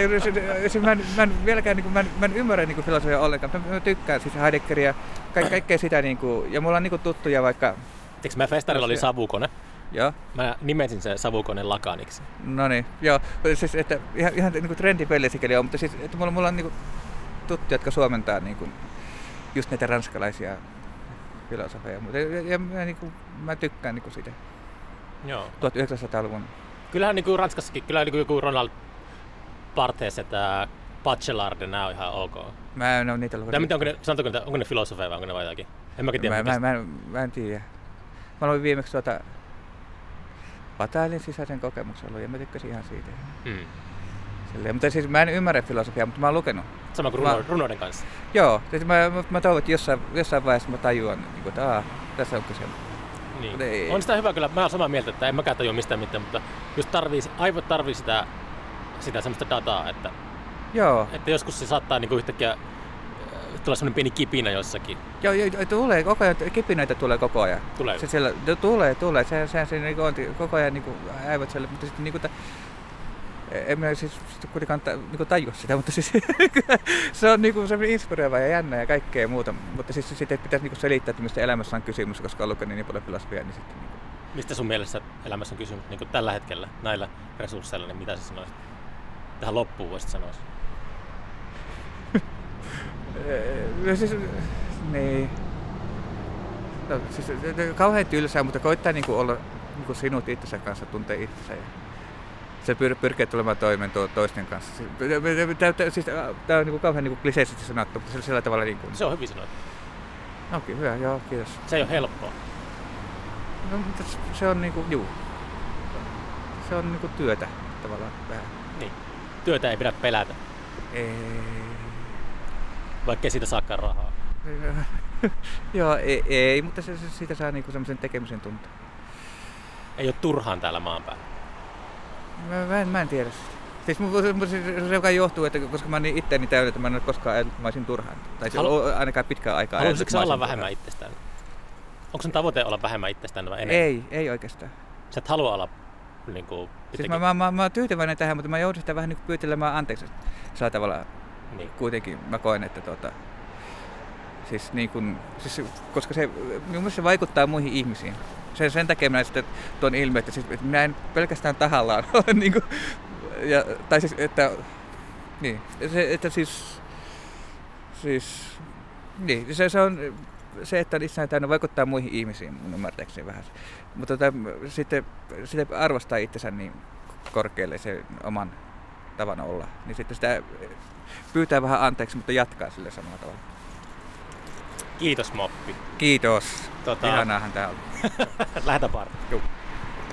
Mä en ymmärrä niinku filosofiaa ollenkaan. Mä tykkään siis Heideggeria, kaikkea sitä niinku, ja mulla on niinku tuttuja vaikka. Tiedätkö, mä festarilla oli savukone. Joo. Mä nimesin sen savukoneen Lacaniksi. No niin, joo. Siis että ihan niinku trendipeli sikäli on, mutta siis että mulla on niinku tuttuja, jotka suomentaa niinku just näitä ranskalaisia filosofeja. Ja mä tykkään niinku siitä. Joo. 1900-luvun. Kyllähän niinku Ranskassakin, niinku joku Ronald Barthes ja Bachelard, nää on ihan ok. Mä en oo niitä lukenut. Onko ne filosofeja vai onko ne vai jotakin? En mäkin tiedä. Mä en tiedä. Mä luin viimeksi Bataillin sisäisen kokemuksen ja mä tykkäsin ihan siitä. Silleen, mutta siis mä en ymmärrä filosofiaa, mutta mä oon lukenut. Sama kuin runouden kanssa? Joo, siis mä toivon, että jossain vaiheessa mä tajuan, että tässä on kyse. Niin. On sitä hyvä kyllä. Mä oon samaa mieltä, että en mäkään tajua mistään mitään, mutta just aivot tarvii sitä semmoista dataa, että, joo. Että joskus se saattaa niinku yhtäkkiä tulla semmoinen pieni kipinä jossakin. Joo, tulee koko ajan, kipinöitä tulee koko ajan. Tulee? Tulee. Se niinku on koko ajan niinku aivot siellä, mutta sitten niinku en minä siis kuitenkaan niinku tajua sitä, mutta siis se on niinku semmoinen inspiroiva ja jännä ja kaikkea muuta. Mutta siis sitten pitäisi niinku selittää, että mistä elämässä on kysymys, koska on lukenut niin paljon filosofiaa, niin sitten niinku. Mistä sun mielestä elämässä on kysymys niinku tällä hetkellä näillä resursseilla, niin mitä sä sanoisit? Tähän loppuun voisit sanoa? Siis, niin. No, siis kauhean tylsää, mutta koittaa niinku olla niinku sinut itsensä kanssa, tuntee itsensä. Se pyrkii tulemaan toimeen toisten kanssa. Tämä on niinku kauhean niinku kliseisesti sanottu, mutta sillä tavalla niinku. Se on hyvin sanottu. Okei, hyvä, joo, kiitos. Se ei ole helppoa. No, mutta se on niinku, se on niinku työtä tavallaan vähän. Niin. Työtä ei pidä pelätä. Ei. Vaikkei siitä saakaan rahaa. Joo, ei, mutta siitä saa niinku semmoisen tekemisen tunteen. Ei ole turhaan täällä maan päällä. Mä en tiedä sitä. Siis se joka johtuu, että koska mä oon niin itteeni täynnä, että mä en ole koskaan ajatellut, että mä olisin turhaan. Tai se on ainakaan pitkään aikaa. Haluaisitko sä olla vähemmän itsestään? Onko sun tavoite olla vähemmän itsestään vai enemmän? Ei oikeastaan. Sä et halua olla niinku. Siis mä oon tyytyväinen tähän, mutta mä joudun sitä vähän niinku pyytelemään anteeksi. Sillä tavalla niin. Kuitenkin mä koen, että siis niin kun, siis, koska se mielestäni se vaikuttaa muihin ihmisiin. Sen takia minä sitten tuon ilmi, että, siis, että minä en pelkästään tahallaan ole niin kuin, tai siis, että niin, että siis niin, se on se, että itseään täynnä vaikuttaa muihin ihmisiin, mun ymmärtääkseni vähän. Mutta sitten arvostaa itsensä niin korkealle se oman tavan olla, niin sitten sitä pyytää vähän anteeksi, mutta jatkaa sille samalla tavalla. Kiitos Moppi. Kiitos. Ihanaahan tää oli. Lähdetään pari. Joo.